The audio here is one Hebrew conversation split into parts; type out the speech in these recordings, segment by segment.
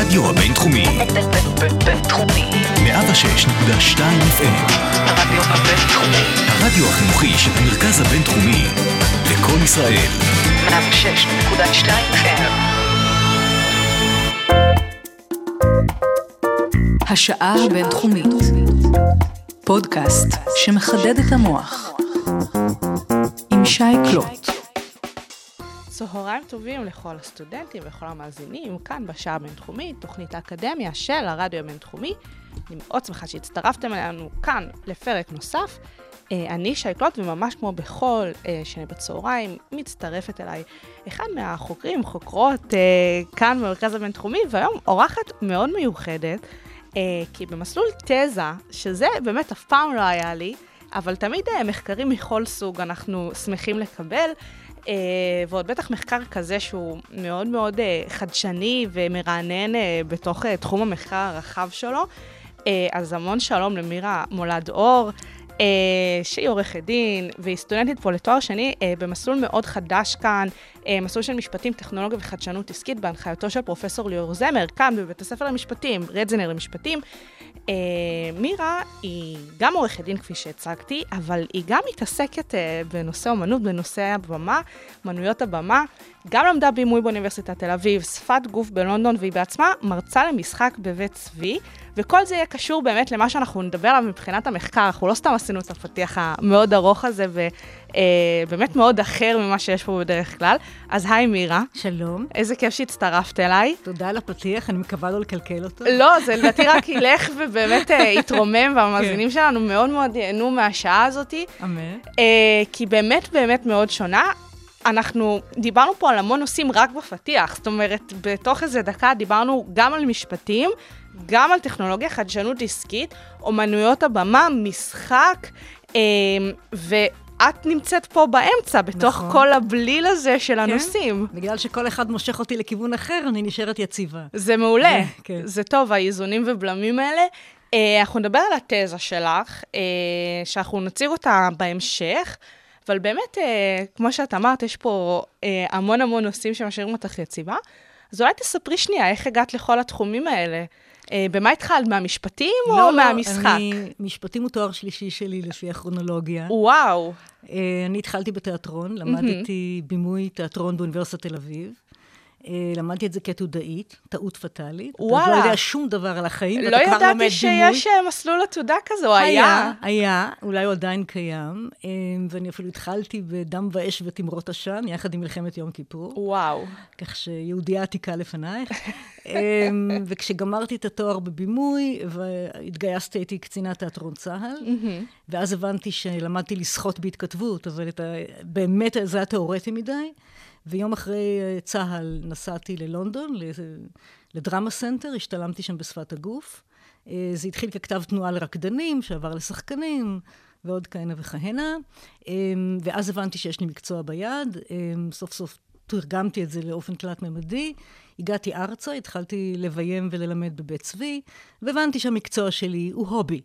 הרדיו הבינתחומי. בינתחומי. 106.2 FM. הרדיו הבינתחומי. הרדיו החינוכי של המרכז הבינתחומי. לקום ישראל. 106.2 FM. השעה הבינתחומית. פודקאסט שמחדד את המוח. עם שי קלוט. צהריים טובים לכל הסטודנטים ולכל המאזינים, כאן בשעה הבינתחומית, תוכנית האקדמיה של הרדיו הבינתחומי. אני מאוד שמחה שהצטרפתם אלינו כאן לפרק נוסף. אני שי קלוט, וממש כמו בכל שני בצהריים, מצטרפת אליי אחד מהחוקרים, חוקרות כאן במרכז הבינתחומי, והיום אורחת מאוד מיוחדת, כי במסלול תזה, שזה באמת אף פעם לא היה לי, אבל תמיד מחקרים מכל סוג אנחנו שמחים לקבל, ועוד בטח מחקר כזה שהוא מאוד מאוד חדשני ומרענן בתוך תחום המחקר הרחב שלו. אז המון שלום למירה מולד אור, שהיא עורכת דין והיא סטודנטית פה לתואר שני במסלול מאוד חדש כאן, מסלול של משפטים, טכנולוגיה וחדשנות עסקית בהנחיותו של פרופסור ליאור זמר, כאן בבית הספר למשפטים, רדזנר למשפטים. מירה היא גם עורכת דין כפי שהצגתי, אבל היא גם מתעסקת בנושא אומנות, בנושא הבמה, מנויות הבמה, גם למדה בימוי באוניברסיטת תל אביב, שפת גוף בלונדון, והיא בעצמה מרצה למשחק בבית צבי, וכל זה יהיה קשור באמת למה שאנחנו נדבר עליו מבחינת המחקר. אנחנו לא סתם עשינו את הפתיח המאוד ארוך הזה, ובאמת מאוד אחר ממה שיש פה בדרך כלל. אז היי מירה. שלום. איזה כיף שהצטרפת אליי. תודה על הפתיח, אני מקווה לא לקלקל אותו. לא, זה לדעתי רק ילך ובאמת יתרומם, והמאזינים שלנו מאוד מאוד ייהנו מהשעה הזאת. אמן. כי באמת באמת מאוד שונה. אנחנו דיברנו פה על המון נושאים רק בפתיח, זאת אומרת, בתוך איזה דקה דיברנו גם על משפטים, גם על טכנולוגיה, חדשנות עסקית, אומנויות הבמה, משחק, ואת נמצאת פה באמצע, בתוך נכון. כל הבליל הזה של הנושאים. כן? בגלל שכל אחד מושך אותי לכיוון אחר, אני נשארת יציבה. זה מעולה, כן. זה טוב, האיזונים ובלמים האלה. אנחנו נדבר על התזה שלך, שאנחנו נציג אותה בהמשך, אבל באמת, כמו שאת אמרת, יש פה המון המון נושאים שמשאירים אותך יציבה. אז אולי תספרי שנייה, איך הגעת לכל התחומים האלה? במה התחלת? מהמשפטים או מהמשחק? משפטים הוא תואר שלישי שלי לפי הכרונולוגיה. וואו. אני התחלתי בתיאטרון, למדתי בימוי תיאטרון באוניברסיטת תל אביב. למדתי את זה כעתודאית, טעות פטאלית. וואלה. אתה לא יודע שום דבר על החיים, לא ידעתי שיש מסלול עתודה כזו, היה, אולי הוא עדיין קיים, ואני אפילו התחלתי בדם ואש ותמרות עשן, יחד עם מלחמת יום כיפור. וואו. כך שיהודיה עתיקה לפנייך. וכשגמרתי את התואר בבימוי, והתגייסתי, הייתי קצינת תיאטרון צהל, ואז הבנתי שלמדתי לשחות בהתכתבות, אבל באמת זה היה תיאורטי מדי, ויום אחרי צהל נסעתי ללונדון, לדרמה סנטר, השתלמתי שם בשפת הגוף. זה התחיל ככתב תנועה לרקדנים, שעבר לשחקנים, ועוד כהנה וכהנה. ואז הבנתי שיש לי מקצוע ביד. סוף סוף תרגמתי את זה לאופן תלת-ממדי. הגעתי ארצה, התחלתי לביים וללמד בבית צבי, והבנתי שהמקצוע שלי הוא הובי.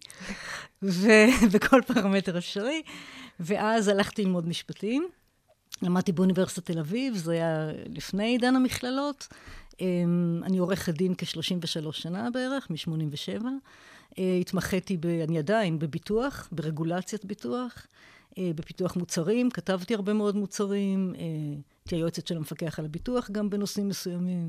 בכל פרמטר אפשרי. ואז הלכתי ללמוד משפטים. למדתי באוניברסיטת תל אביב, זה היה לפני עידן המכללות. אני עורכת דין כ-33 שנה בערך, מ-87. התמחיתי, אני עדיין בביטוח, ברגולציית ביטוח, בפיתוח מוצרים, כתבתי הרבה מאוד מוצרים, הייתי היועצת של המפקח על הביטוח גם בנושאים מסוימים.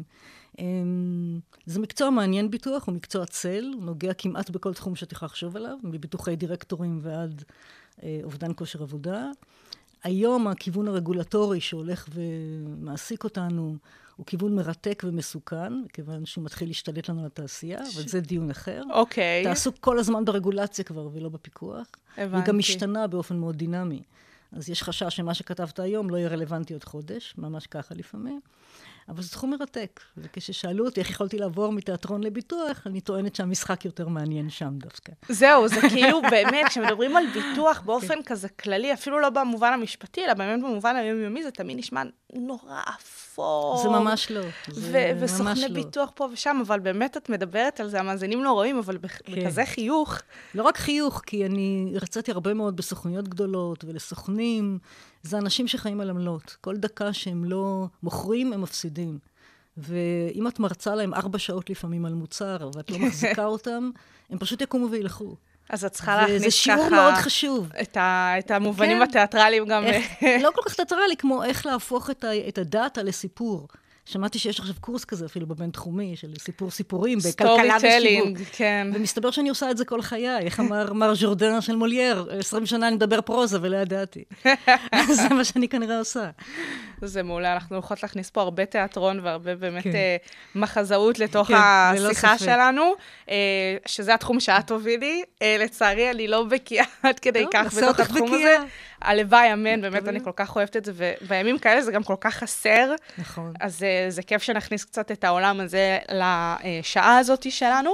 זה מקצוע מעניין ביטוח, הוא מקצוע צל, הוא נוגע כמעט בכל תחום שתוכל לחשוב עליו, מביטוחי דירקטורים ועד אובדן כושר עבודה. היום הכיוון הרגולטורי שהולך ומעסיק אותנו הוא כיוון מרתק ומסוכן, כיוון שהוא מתחיל להשתלט לנו לתעשייה, אבל זה דיון אחר. אוקיי. אתה עסוק כל הזמן ברגולציה כבר ולא בפיקוח. הבנתי. היא גם משתנה באופן מאוד דינמי. אז יש חשש שמה שכתבת היום לא יהיה רלוונטי עוד חודש, ממש ככה לפעמים. אבל זה תחום מרתק. וכששאלו אותי איך יכולתי לעבור מתיאטרון לביטוח, אני טוענת שהמשחק יותר מעניין שם דווקא. זהו, זה כאילו באמת, כשמדברים על ביטוח באופן כזה כללי, אפילו לא במובן המשפטי, אלא באמת במובן היומיומי, זה תמיד נשמע נורא אפור. זה ממש לא. וסוכני ביטוח פה ושם, אבל באמת את מדברת על זה, המאזינים לא רואים, אבל בכזה חיוך. לא רק חיוך, כי אני רציתי הרבה מאוד בסוכניות גדולות ולסוכנים, זה אנשים שחיים על עמלות. כל דקה שהם לא מוכרים, הם מפסידים. ואם את מרצה להם 4 שעות לפעמים על מוצר, ואת לא מחזיקה אותם, הם פשוט יקומו וילכו. אז את צריכה להכניס ככה... וזה שיעור מאוד חשוב. את המובנים התיאטרליים גם... לא כל כך תיאטרלי, כמו איך להפוך את הדאטה לסיפור. שמעתי שיש עכשיו קורס כזה, אפילו בבין-תחומי, של סיפורים, בכלכלה ושיווק. כן. ומסתבר שאני עושה את זה כל חיי. איך אמר מר ז'ורדן של מולייר, 20 שנה אני מדבר פרוזה ולא ידעתי. זה מה שאני כנראה עושה. זה מעולה, אנחנו יכולות להכניס פה הרבה תיאטרון והרבה באמת מחזאות לתוך השיחה שלנו, שזה התחום שאת תובילי. לצערי, אני לא בקיאה עד כדי כך בתוך התחום הזה. הלוואי, אמן, באמת אני כל כך אוהבת את זה, ובימים כאלה זה גם כל כך חסר. נכון. אז זה כיף שנכניס קצת את העולם הזה לשעה הזאת שלנו.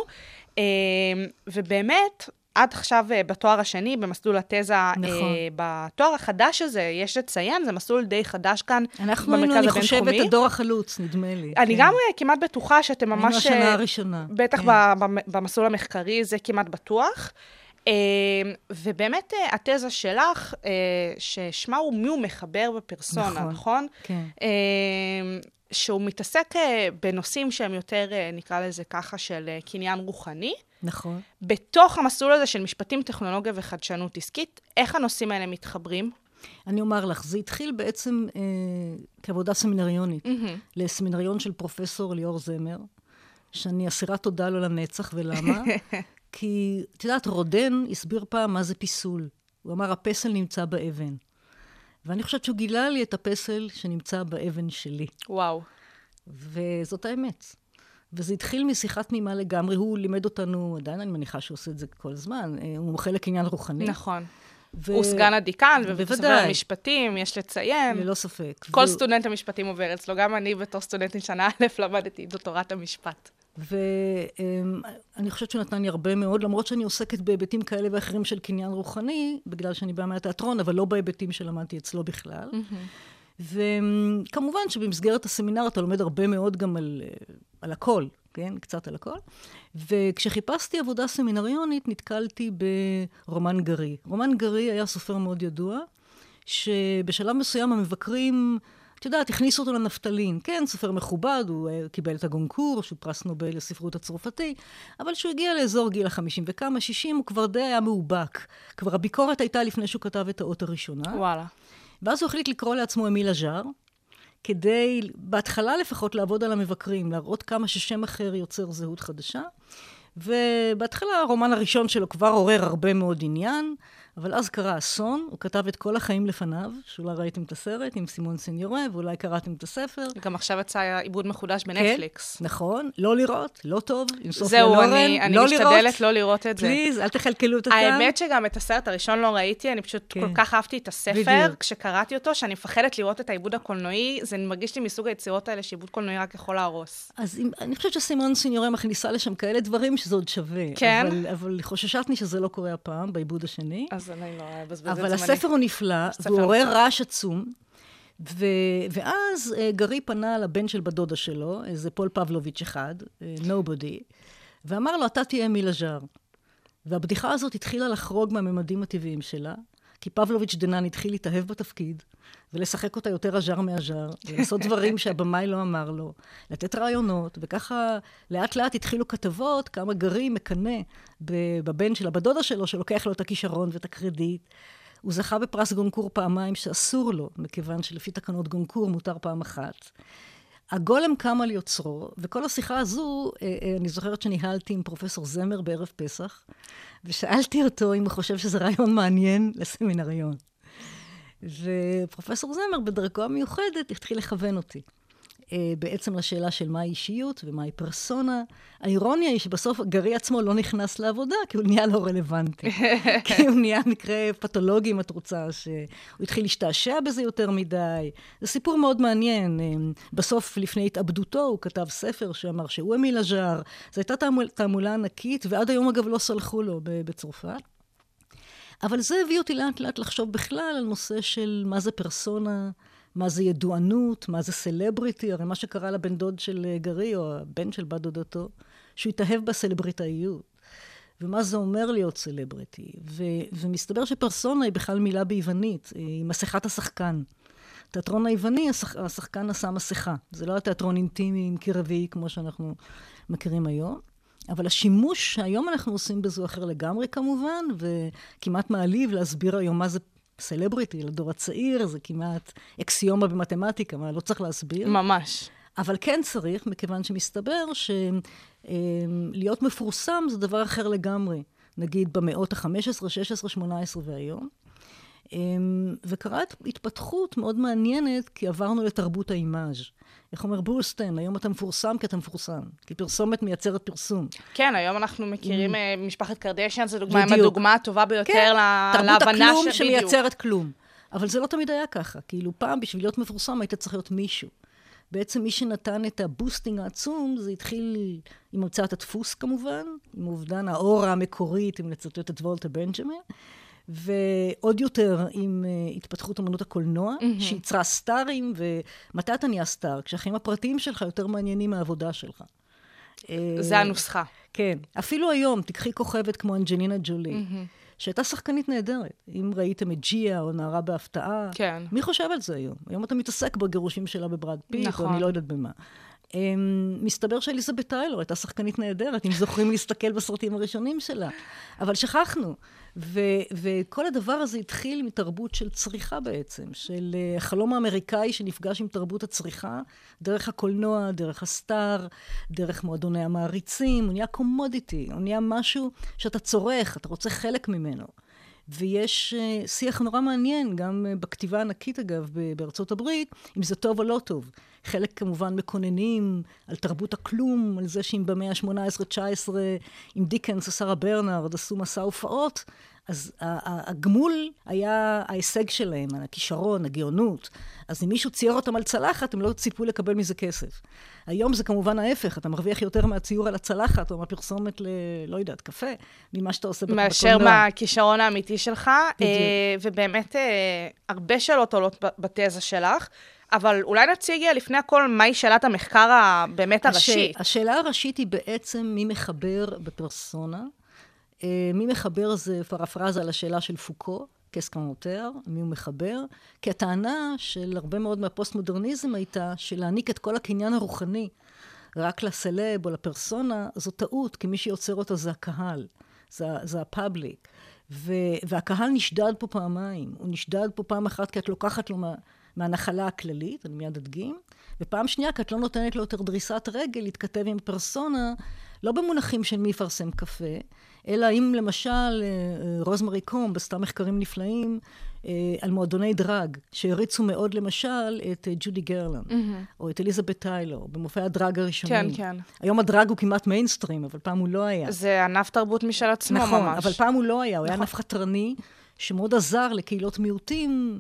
ובאמת, עד עכשיו בתואר השני, במסלול התזה, בתואר החדש הזה, יש לציין, זה מסלול די חדש כאן במרכז הבינתחומי. אנחנו היינו, אני חושבת, הדור החלוץ, נדמה לי. אני גם כמעט בטוחה שאתם ממש... היינו השנה הראשונה. בטח במסלול המחקרי, זה כמעט בטוח. ובאמת התזה שלך, ששמה הוא מי הוא מחבר בפרסונה, נכון? כן. שהוא מתעסק בנושאים שהם יותר, נקרא לזה ככה, של קניין רוחני. נכון. בתוך המסלול הזה של משפטים, טכנולוגיה וחדשנות עסקית, איך הנושאים האלה מתחברים? אני אומר לך, זה התחיל בעצם כעבודה סמינריונית, לסמינריון של פרופסור ליאור זמר, שאני אסירת תודה לו לנצח, ולמה? כי, את יודעת, רודן הסביר פעם מה זה פיסול. הוא אמר, הפסל נמצא באבן. ואני חושבת שהוא גילה לי את הפסל שנמצא באבן שלי. וואו. וזאת האמת. וזה התחיל משיחת תמימה לגמרי. הוא לימד אותנו, עדיין אני מניחה שהוא עושה את זה כל זמן, הוא חלק עניין רוחני. נכון. הוא סגן הדיקן, ובספר המשפטים, יש לציין. ללא ספק. כל סטודנט המשפטים עובר אצלו, גם אני בתור סטודנטית שנה א' למדתי דוקטורט המשפט. ואני חושבת שהוא נתן לי הרבה מאוד, למרות שאני עוסקת בהיבטים כאלה ואחרים של קניין רוחני, בגלל שאני באה מהתיאטרון, אבל לא בהיבטים שלמדתי אצלו בכלל. וכמובן שבמסגרת הסמינר אתה לומד הרבה מאוד גם על הכל, כן? קצת על הכל. וכשחיפשתי עבודה סמינריונית, נתקלתי ברומן גרי. רומן גרי היה סופר מאוד ידוע, שבשלב מסוים המבקרים... את יודעת, הכניסו אותו לנפטלין. כן, סופר מכובד, הוא קיבל את הגונקור, שהוא פרס נובל לספרות הצרפתי, אבל כשהוא הגיע לאזור גיל ה-50 וכמה, 60, הוא כבר די היה מאובק. כבר הביקורת הייתה לפני שהוא כתב את האות הראשונה. וואלה. ואז הוא החליט לקרוא לעצמו אמיל אג'אר, כדי, בהתחלה לפחות, לעבוד על המבקרים, להראות כמה ששם אחר יוצר זהות חדשה. ובהתחלה הרומן הראשון שלו כבר עורר הרבה מאוד עניין, אבל אז קרה אסון, הוא כתב את כל החיים לפניו, שאולי ראיתם את הסרט עם סימון סניורה, ואולי קראתם את הספר. גם עכשיו יצא עיבוד מחודש בנטפליקס. כן, נכון, לא לראות, לא טוב, עם סופיה זהו, לורן, אני משתדלת לא לראות את זה. פליז, אל תחלקלו את הטעם. האמת שגם את הסרט הראשון לא ראיתי, אני פשוט כל כך אהבתי את הספר, כשקראתי אותו, שאני מפחדת לראות את העיבוד הקולנועי, זה מרגיש לי מסוג היצירות האלה, שעיבוד קולנועי רק יכול להרוס. אז אני חושבת שסימון סניורה מכניסה לשם כאלה דברים שזה עוד שווה. כן. אבל חוששתני שזה לא קורה הפעם, בעיבוד השני. אז אני לא אבל הספר הוא נפלא, והוא עורר רעש עצום, ואז גרי פנה לבן של בדודה שלו, איזה פול פבלוביץ' אחד, nobody, ואמר לו, אתה תהיה אמיל אג'אר. והבדיחה הזאת התחילה לחרוג מהממדים הטבעיים שלה, כי פבלוביץ' דנן התחיל להתאהב בתפקיד, ולשחק אותה יותר אג'אר מאג'אר, ולעשות דברים שהבמאי לא אמר לו, לתת רעיונות, וככה לאט לאט התחילו כתבות, כמה גרי מקנה בבן של הבדודה שלו, שלוקח לו את הכישרון ואת הקרדיט. הוא זכה בפרס גונקור פעמיים שאסור לו, מכיוון שלפי תקנות גונקור מותר פעם אחת. הגולם קם על יוצרו, וכל השיחה הזו, אני זוכרת שניהלתי עם פרופסור זמר בערב פסח, ושאלתי אותו אם הוא חושב שזה רעיון מעניין לסמינריון. ופרופסור זמר בדרכו המיוחדת התחיל לכוון אותי. בעצם לשאלה של מהי אישיות ומהי פרסונה. האירוניה היא שבסוף גרי עצמו לא נכנס לעבודה, כי הוא נהיה לא רלוונטי. כי הוא נהיה מקרה פתולוגי, אם את רוצה, שהוא התחיל להשתעשע בזה יותר מדי. זה סיפור מאוד מעניין. בסוף, לפני התאבדותו, הוא כתב ספר שאמר שהוא אמיל אג'אר. זו הייתה תעמולה ענקית, ועד היום אגב לא סלחו לו בצרפת. אבל זה הביא אותי לאט לאט לחשוב בכלל על נושא של מה זה פרסונה, מה זה ידוענות, מה זה סלבריטי, הרי מה שקרה לבן דוד של גרי, או הבן של בת דודתו, שהוא התאהב בסלבריטאיות. ומה זה אומר להיות סלבריטי. ומסתבר שפרסונה היא בכלל מילה ביוונית, היא מסכת השחקן. תיאטרון היווני, השחקן נשא מסכה. זה לא התיאטרון אינטימי עם קרבי, כמו שאנחנו מכירים היום. אבל השימוש שהיום אנחנו עושים בזו אחר לגמרי כמובן, וכמעט מעליב להסביר היום מה זה סלבריטי, לדור הצעיר, זה כמעט אקסיומה במתמטיקה, מה לא צריך להסביר. ממש. אבל כן צריך, מכיוון שמסתבר שלהיות מפורסם זה דבר אחר לגמרי. נגיד במאות ה-15, 16, 18 והיום. וקרה התפתחות מאוד מעניינת, כי עברנו לתרבות האימאז'. איך אומר בורסטיין, היום אתה מפורסם כי אתה מפורסם. כי פרסומת מייצרת פרסום. כן, היום אנחנו מכירים משפחת קרדשיאן, זו דוגמה, עם הדוגמה הטובה ביותר להבנה תרבות הכלום שמייצרת כלום. אבל זה לא תמיד היה ככה. כאילו פעם, בשביל להיות מפורסם, היית צריך להיות מישהו. בעצם מי שנתן את הבוסטינג העצום, זה התחיל עם המצאת הדפוס כמובן, עם אובדן האורה המקורית, אם לצטט את וולטר בנג'מין, ועוד יותר עם התפתחות אמנות הקולנוע, שיצרה סטארים, ומתי אתה נהיה סטאר? כשהחיים הפרטיים שלך יותר מעניינים מהעבודה שלך. זה הנוסחה. כן. אפילו היום, תקחי כוכבת כמו אנג'לינה ג'ולי, שהייתה שחקנית נהדרת. אם ראיתם את ג'יה או נערה בהפתעה, כן. מי חושב על זה היום? היום אתה מתעסק בגירושים שלה בברד פיט, נכון. או אני לא יודעת במה. מסתבר שאליזבת טיילור הייתה שחקנית נהדרת, אם זוכרים להסתכל בסרטים הראשונים שלה. אבל שכחנו. וכל הדבר הזה התחיל מתרבות של צריכה בעצם, של החלום האמריקאי שנפגש עם תרבות הצריכה, דרך הקולנוע, דרך הסטאר, דרך מועדוני המעריצים, הוא נהיה קומודיטי, הוא נהיה משהו שאתה צורך, אתה רוצה חלק ממנו. ויש שיח נורא מעניין, גם בכתיבה הענקית אגב, בארצות הברית, אם זה טוב או לא טוב. חלק כמובן מקוננים על תרבות הכלום, על זה שאם במאה ה-18-19, עם דיקנס או שרה ברנרד עשו מסע הופעות, אז הגמול היה ההישג שלהם, הכישרון, הגאונות. אז אם מישהו צייר אותם על צלחת, הם לא ציפו לקבל מזה כסף. היום זה כמובן ההפך, אתה מרוויח יותר מהציור על הצלחת, או מהפרסומת לא יודעת, קפה, ממה שאתה עושה בקולנוע. מאשר מהכישרון האמיתי שלך, ובאמת הרבה שאלות עולות בתזה שלך, אבל אולי נציג לפני הכל מהי שאלת המחקר באמת הראשית. השאלה הראשית היא בעצם מי מחבר בפרסונה, מי מחבר זה פרפרזה על השאלה של פוקו, קסקמוטר, מי הוא מחבר, כי הטענה של הרבה מאוד מהפוסט-מודרניזם הייתה שלהעניק את כל הקניין הרוחני רק לסלב או לפרסונה, זו טעות, כי מי שיוצר אותה זה הקהל, זה הפאבליק. והקהל נשדד פה פעמיים, הוא נשדד פה פעם אחת כי את לוקחת לו מהנחלה הכללית, אני מיד אדגים, ופעם שנייה כי את לא נותנת לו יותר דריסת רגל להתכתב עם פרסונה, לא במונחים של מי יפרסם קפה, אלא אם למשל רוזמרי קומב עשתה מחקרים נפלאים על מועדוני דרג, שהריצו מאוד למשל את ג'ודי גרלנד, או את אליזבת טיילור, במופעי הדרג הראשונים. כן, כן. היום הדרג הוא כמעט מיינסטרים, אבל פעם הוא לא היה. זה ענף תרבות משל עצמו ממש. נכון, אבל פעם הוא לא היה, הוא היה ענף חתרני, שמאוד עזר לקהילות מיעוטים,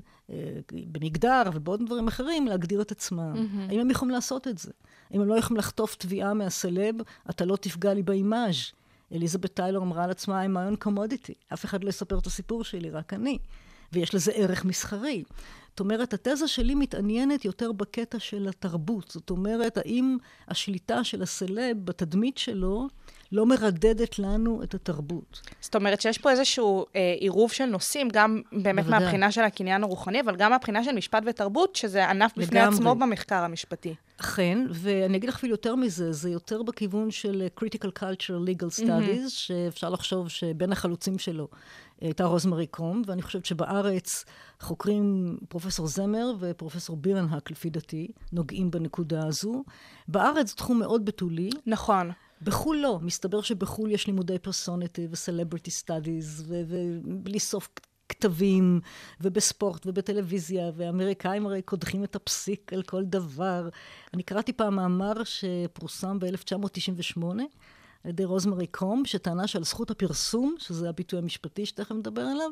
במגדר ובעוד דברים אחרים, להגדיר את עצמם. האם הם יכולים לעשות את זה? אם הם לא יכולים לחטוף תביעה מהסלב, אתה לא תפגע לי באימאז'. אליזבת טיילור אמרה על עצמה, I'm my own commodity. אף אחד לא יספר את הסיפור שלי, רק אני. ויש לזה ערך מסחרי. זאת אומרת, התזה שלי מתעניינת יותר בקטע של התרבות. זאת אומרת, האם השליטה של הסלב בתדמית שלו לא מרדדת לנו את התרבות. זאת אומרת שיש פה איזשהו עירוב של נושאים, גם באמת מהבחינה של הקניין הרוחני, אבל גם מהבחינה של משפט ותרבות, שזה ענף בפני עצמו במחקר המשפטי. אכן, ואני אגיד לך אפילו יותר מזה, זה יותר בכיוון של Critical Culture Legal Studies, שאפשר לחשוב שבין החלוצים שלו הייתה רוזמרי קומב, ואני חושבת שבארץ חוקרים פרופסור זמר ופרופסור בירנהק, לפי דעתי, נוגעים בנקודה הזו. בארץ זה תחום מאוד בתולי. נכון. בחול לא. מסתבר שבחול יש לימודי פרסונטי וסלבריטי סטאדיז, ובלי סוף כתבים, ובספורט ובטלוויזיה, והאמריקאים הרי קודחים את הפסיק על כל דבר. אני קראתי פעם מאמר שפורסם ב-1998, על ידי רוזמרי קומב, שטענה שעל זכות הפרסום, שזה הביטוי המשפטי שתכף מדבר עליו,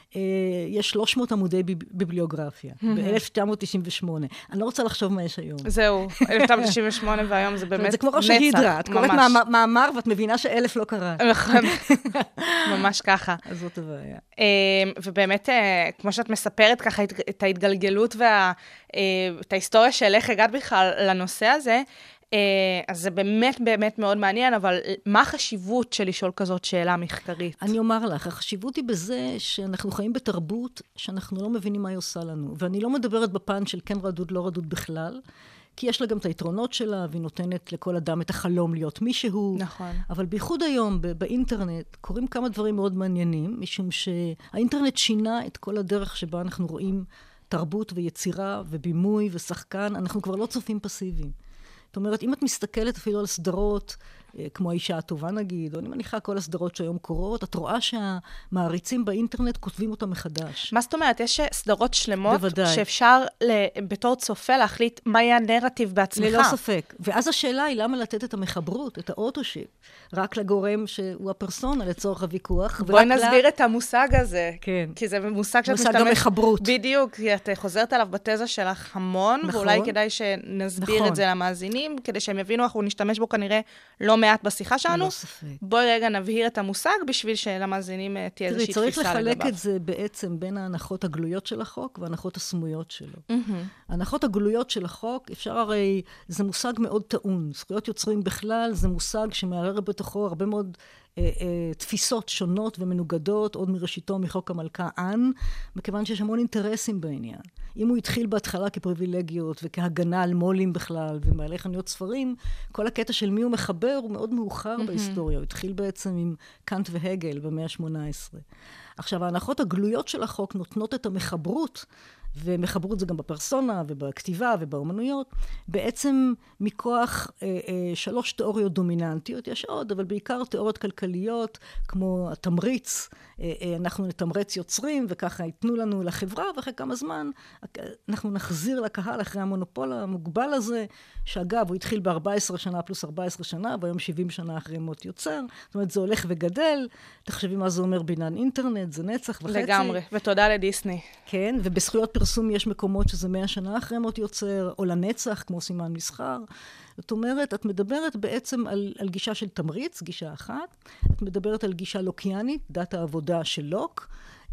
יש 300 עמודי ביבליוגרפיה, ב-1998. אני לא רוצה לחשוב מה יש היום. זהו, 1998 והיום זה באמת נצח. זה כמו ראש ההידרה, את קוראת מאמר ואת מבינה ש1000 לא קרה. נכון, ממש ככה. אז זאת הבעיה. ובאמת, כמו שאת מספרת ככה, את ההתגלגלות ואת ההיסטוריה של איך הגעת בכלל לנושא הזה, אז זה באמת באמת מאוד מעניין, אבל מה החשיבות של לשאול כזאת שאלה מחקרית? אני אומר לך, החשיבות היא בזה שאנחנו חיים בתרבות שאנחנו לא מבינים מה היא עושה לנו. ואני לא מדברת בפן של כן רדוד, לא רדוד בכלל, כי יש לה גם את היתרונות שלה, והיא נותנת לכל אדם את החלום להיות מישהו. נכון. אבל בייחוד היום, באינטרנט, קורים כמה דברים מאוד מעניינים, משום שהאינטרנט שינה את כל הדרך שבה אנחנו רואים תרבות ויצירה ובימוי ושחקן. אנחנו כבר לא צופים פסיביים. זאת אומרת, אם את מסתכלת אפילו על סדרות, כמו האישה הטובה נגיד, או אני מניחה כל הסדרות שהיום קורות, את רואה שהמעריצים באינטרנט כותבים אותם מחדש. מה זאת אומרת? יש סדרות שלמות בוודאי. שאפשר בתור צופה להחליט מה יהיה הנרטיב בעצמך. ללא ספק. ואז השאלה היא למה לתת את המחברות, את האוטושיפ, רק לגורם שהוא הפרסונה לצורך הוויכוח. בואי נסביר את המושג הזה. כן. כי זה מושג שאת מושג המחברות. בדיוק, כי את חוזרת עליו בתזה שלך המון, נכון. ואולי כדאי שנסביר נכון. את זה למאזינים, כדי שהם יבינו איך הוא נשתמש בו כנראה לא מעט בשיחה שלנו. ללא ספק. בואי רגע נבהיר את המושג, בשביל שלמאזינים תהיה איזושהי תפיסה לגביו. צריך לחלק את זה בעצם בין ההנחות הגלויות של החוק וההנחות הסמויות שלו. ההנחות הגלויות של החוק, אפשר הרי, זה מושג מאוד טעון. זכויות יוצרים בכלל, זה מושג שמערער בתוכו הרבה מאוד תפיסות שונות ומנוגדות, עוד מראשיתו מחוק המלכה אן, מכיוון שיש המון אינטרסים בעניין. אם הוא התחיל בהתחלה כפריבילגיות וכהגנה על מולים בכלל ומעלי חנויות ספרים, כל הקטע של מי הוא מחבר הוא מאוד מאוחר בהיסטוריה. הוא התחיל בעצם עם קאנט והגל במאה ה-18. עכשיו, ההנחות הגלויות של החוק נותנות את המחברות, ומחברות זה גם בפרסונה ובכתיבה ובאומנויות, בעצם מכוח 3 תיאוריות דומיננטיות, יש עוד, אבל בעיקר תיאוריות כלכליות, כמו התמריץ, אנחנו נתמרץ יוצרים, וככה ייתנו לנו לחברה, ואחרי כמה זמן אנחנו נחזיר לקהל אחרי המונופול המוגבל הזה, שאגב, הוא התחיל ב-14 שנה פלוס 14 שנה, והיום 70 שנה אחרי מות יוצר, זאת אומרת, זה הולך וגדל, תחשבי מה זה אומר בעניין אינטרנט, זה נצח וחצי. לגמרי, ותודה לדיסני. כן, ובזכויות פרסום יש מקומות שזה 100 שנה אחרי מות יוצר, או לנצח, כמו סימן מסחר. זאת אומרת, את מדברת בעצם על גישה של תמריץ, גישה אחת. את מדברת על גישה לוקיאנית, דת העבודה של לוק,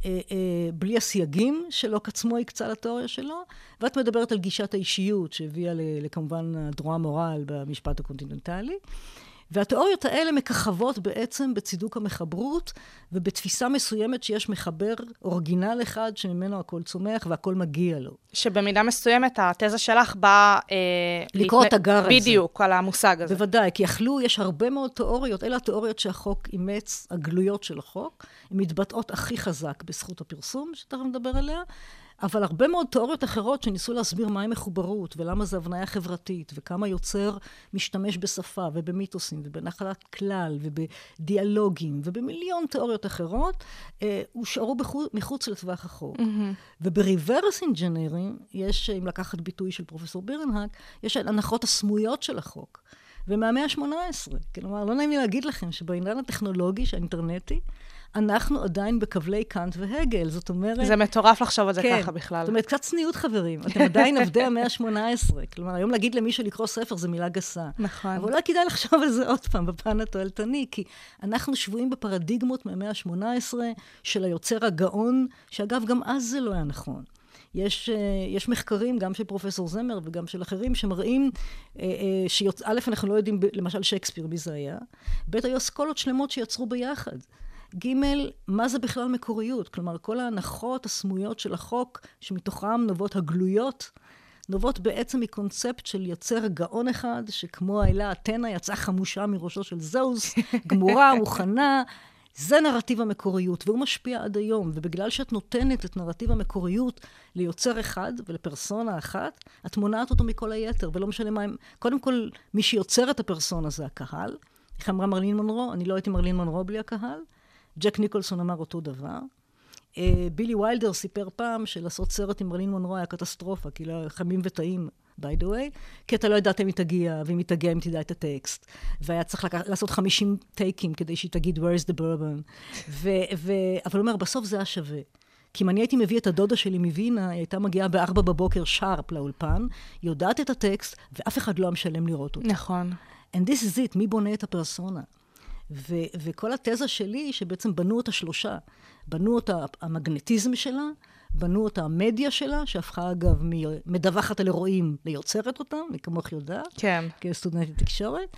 בלי הסייגים שלוק עצמו יקצה לתיאוריה שלו, ואת מדברת על גישת האישיות, שהביאה לכמובן הדרואה מורל במשפט הקונטיננטלי. והתיאוריות האלה מככבות בעצם בצידוק המחברות, ובתפיסה מסוימת שיש מחבר אורגינל אחד, שממנו הכל צומח והכל מגיע לו. שבמידה מסוימת התזה שלך באה... לקרוא את הגר הזה. בדיוק, על המושג הזה. בוודאי, כי יש הרבה מאוד תיאוריות, אלה התיאוריות שהחוק אימץ, הגלויות של החוק, הן מתבטאות הכי חזק בזכות הפרסום, שתכף נדבר עליה, אבל הרבה מאוד תיאוריות אחרות שניסו להסביר מהי מחוברות, ולמה זה הבניה חברתית, וכמה יוצר משתמש בשפה, ובמיתוסים, ובנחלת כלל, ובדיאלוגים, ובמיליון תיאוריות אחרות, הושארו מחוץ לטווח החוק. ובריברס אינג'ינירינג, יש, אם לקחת ביטוי של פרופסור בירנהק, יש הנחות הסמויות של החוק. ומהמאה ה-18, כלומר, לא נעים לי להגיד לכם שבעניין הטכנולוגי, האינטרנטי, אנחנו עדיין בכבלי קאנט והגל, זאת אומרת... זה מטורף לחשוב על זה כן, ככה בכלל. זאת אומרת, קצת צניעות חברים, אתם עדיין עבדי המאה ה-18, כלומר, היום להגיד למישהו לקרוא ספר זה מילה גסה. נכון. אבל אולי כדאי לחשוב על זה עוד פעם, בפן התועלתני, כי אנחנו שבויים בפרדיגמות מהמאה ה-18 של היוצר הגאון, שאגב, גם אז זה לא היה נכון. יש מחקרים, גם של פרופסור זמר וגם של אחרים, שמראים א', אנחנו לא יודעים, למשל שייקספיר, מי זה היה, ב', היו אסכולות שלמות שיצרו ביחד. ג', מה זה בכלל מקוריות? כלומר, כל ההנחות הסמויות של החוק, שמתוכם נובעות הגלויות, נובעות בעצם מקונספט של יוצר גאון אחד, שכמו האלה אתנה יצאה חמושה מראשו של זאוס, גמורה, מוכנה, זה נרטיב המקוריות, והוא משפיע עד היום, ובגלל שאת נותנת את נרטיב המקוריות ליוצר אחד ולפרסונה אחת, את מונעת אותו מכל היתר, ולא משנה מה הם... קודם כל, מי שיוצר את הפרסונה זה הקהל. איך אמרה מרלין מונרו? אני לא הייתי מרלין מונרו בלי הקהל. ג'ק ניקולסון אמר אותו דבר. בילי ויילדר סיפר פעם שלעשות סרט עם מרלין מונרו היה קטסטרופה, כי לא חמים וטעים, by the way, כי אתה לא יודעת אם היא תגיע, ואם היא תגיע, אם תדע את הטקסט. והיה צריך לעשות 50 טייקים כדי שהיא תגיד, where is the bourbon? אבל הוא אומר, בסוף זה היה שווה. כי אם אני הייתי מביא את הדודה שלי מווינה, היא הייתה מגיעה ב4 בבוקר שרפ לאולפן, היא יודעת את הטקסט, ואף אחד לא משלם לראות אותו. נכון. And this is it, מי בונה את הפרסונה? וכל התזה שלי, שבעצם בנו אותה 3, בנו אותה המגנטיזם שלה, בנו אותה המדיה שלה, שהפכה אגב מדווחת על אירועים ליוצרת אותם, מכמוך יודעת, כן. כסטודנטית תקשורת,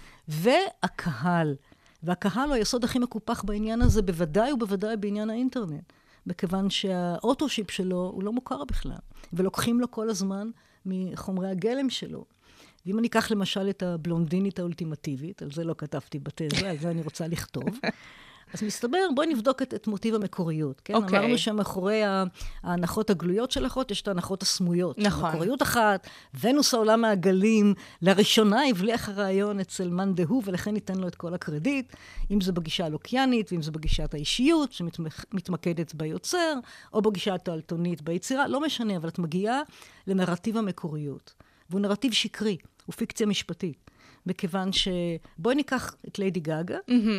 והקהל. והקהל הוא היסוד הכי מקופח בעניין הזה, בוודאי ובוודאי בעניין האינטרנט. מכיוון שהאוטושיפ שלו הוא לא מוכר בכלל, ולוקחים לו כל הזמן מחומרי הגלם שלו. ואם אני אקח למשל את הבלונדינית האולטימטיבית, על זה לא כתבתי בתזה, על זה אני רוצה לכתוב, אז מסתבר, בואי נבדוק את מוטיב המקוריות. כן? אוקיי. אמרנו שמאחורי ההנחות הגלויות של אחות, יש את ההנחות הסמויות. נכון. מקוריות אחת, ונוס העולם מהגלים, לראשונה הבליח הרעיון אצל מאן דהוא, ולכן ניתן לו את כל הקרדיט, אם זה בגישה הלוקיאנית, ואם זה בגישת האישיות, שמתמקדת ביוצר, או בגישה התועלתונית ביצירה, לא משנה, אבל את מגיעה לנרטיב המקוריות. והוא נרטיב שקרי, הוא פיקציה משפטית. מכיוון בואי ניקח את ליידי גאגה,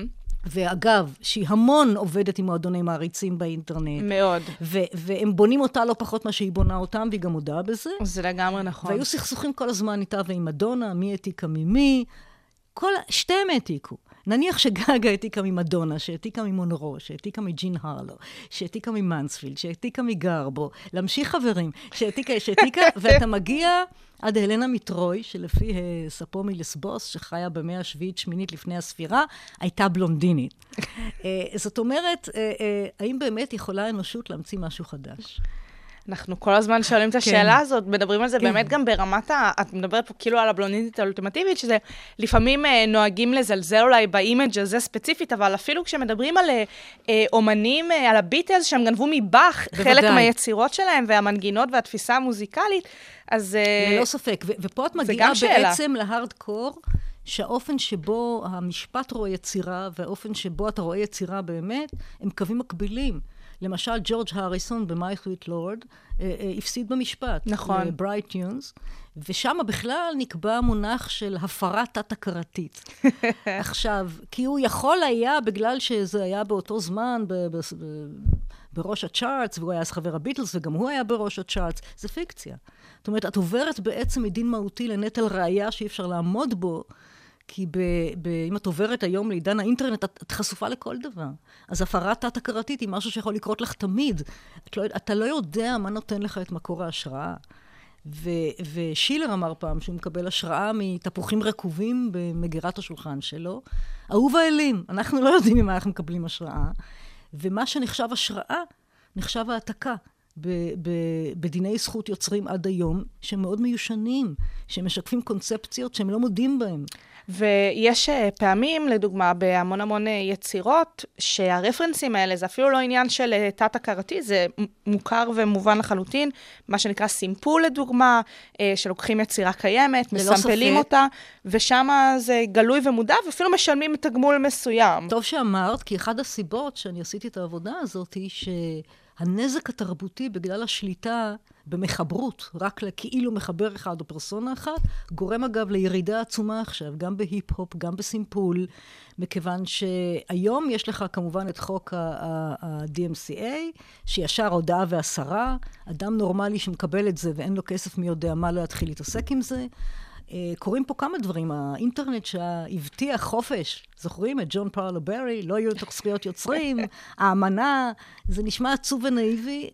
ואגב, שהיא המון עובדת עם מועדוני מעריצים באינטרנט. מאוד. והם בונים אותה לא פחות מה שהיא בונה אותם, והיא גם מודעה בזה. זה לגמרי נכון. והיו סכסוכים כל הזמן איתה ועם מדונה, מי העתיקה ממי. שתיהם העתיקו. נניח שגאגה העתיקה ממדונה, שהעתיקה ממונרו, שהעתיקה מג'ין הרלו, שהעתיקה ממנספילד, שהעתיקה מגרבו, להמשיך חברים, שהעתיקה, ואתה מגיע עד הלנה מטרוי, שלפי ספו מלסבוס, שחיה במאה השביעית-שמינית לפני הספירה, הייתה בלונדינית. זאת אומרת, האם באמת יכולה האנושות להמציא משהו חדש? אנחנו כל הזמן שואלים את השאלה הזאת, מדברים על זה באמת גם ברמת את מדברת פה כאילו על הבלונדינית האולטימטיבית, שזה לפעמים נוהגים לזלזל אולי באימג' הזה ספציפית, אבל אפילו כשמדברים על אומנים, על הביטלס, שהם גנבו מבח חלק מהיצירות שלהם, והמנגינות והתפיסה המוזיקלית, אז... ללא ספק, ופה את מגיעה בעצם להארדקור, שהאופן שבו המשפט רואה יצירה, והאופן שבו אתה רואה יצירה באמת, הם קווים מקבילים. למשל, ג'ורג' הריסון ב-My Sweet Lord הפסיד במשפט. נכון. ב-Bright Tunes, ושם בכלל נקבע מונח של הפרת תת-הכרתית. עכשיו, כי הוא יכול היה, בגלל שזה היה באותו זמן בראש הצ'ארטס, והוא היה אז חבר הביטלס, וגם הוא היה בראש הצ'ארטס, זה פיקציה. זאת אומרת, את עוברת בעצם מדין מהותי לנטל ראייה שאי אפשר לעמוד בו, כי אם את עוברת היום לעידן האינטרנט, את חשופה לכל דבר. אז הפרת תת-הכרתית היא משהו שיכול לקרות לך תמיד. אתה לא יודע מה נותן לך את מקור ההשראה. ושילר אמר פעם שהוא מקבל השראה מתפוחים רקובים במגירת השולחן שלו. אהוב האלים, אנחנו לא יודעים ממה אנחנו מקבלים השראה. ומה שנחשב השראה, נחשב העתקה. בדיני זכות יוצרים עד היום, שהם מאוד מיושנים, שהם משקפים קונספציות שהם לא מודים בהם. ויש פעמים, לדוגמה, בהמון המון יצירות, שהרפרנסים האלה, זה אפילו לא עניין של תת-הכרתי, זה מוכר ומובן לחלוטין, מה שנקרא סימפול לדוגמה, שלוקחים יצירה קיימת, מסמפלים אותה, ושם זה גלוי ומודע, ואפילו משלמים תגמול מסוים. טוב שאמרת, כי אחד הסיבות שאני עשיתי את העבודה הזאת, היא שהנזק התרבותי בגלל השליטה במחברות, רק לכאילו מחבר אחד או פרסונה אחת, גורם אגב לירידה עצומה עכשיו, גם בהיפ-הופ, גם בסימפול, מכיוון שהיום יש לך כמובן את חוק ה-DMCA, שישר הודעה והסרה, אדם נורמלי שמקבל את זה ואין לו כסף מי יודע מה לא יתחיל להתעסק עם זה. קוראים פה כמה דברים, האינטרנט שהבטיח חופש, זוכרים את ג'ון פאולו ברי, לא יהיו תוך זכויות יוצרים, האמנה, זה נשמע עצוב ונאיבי,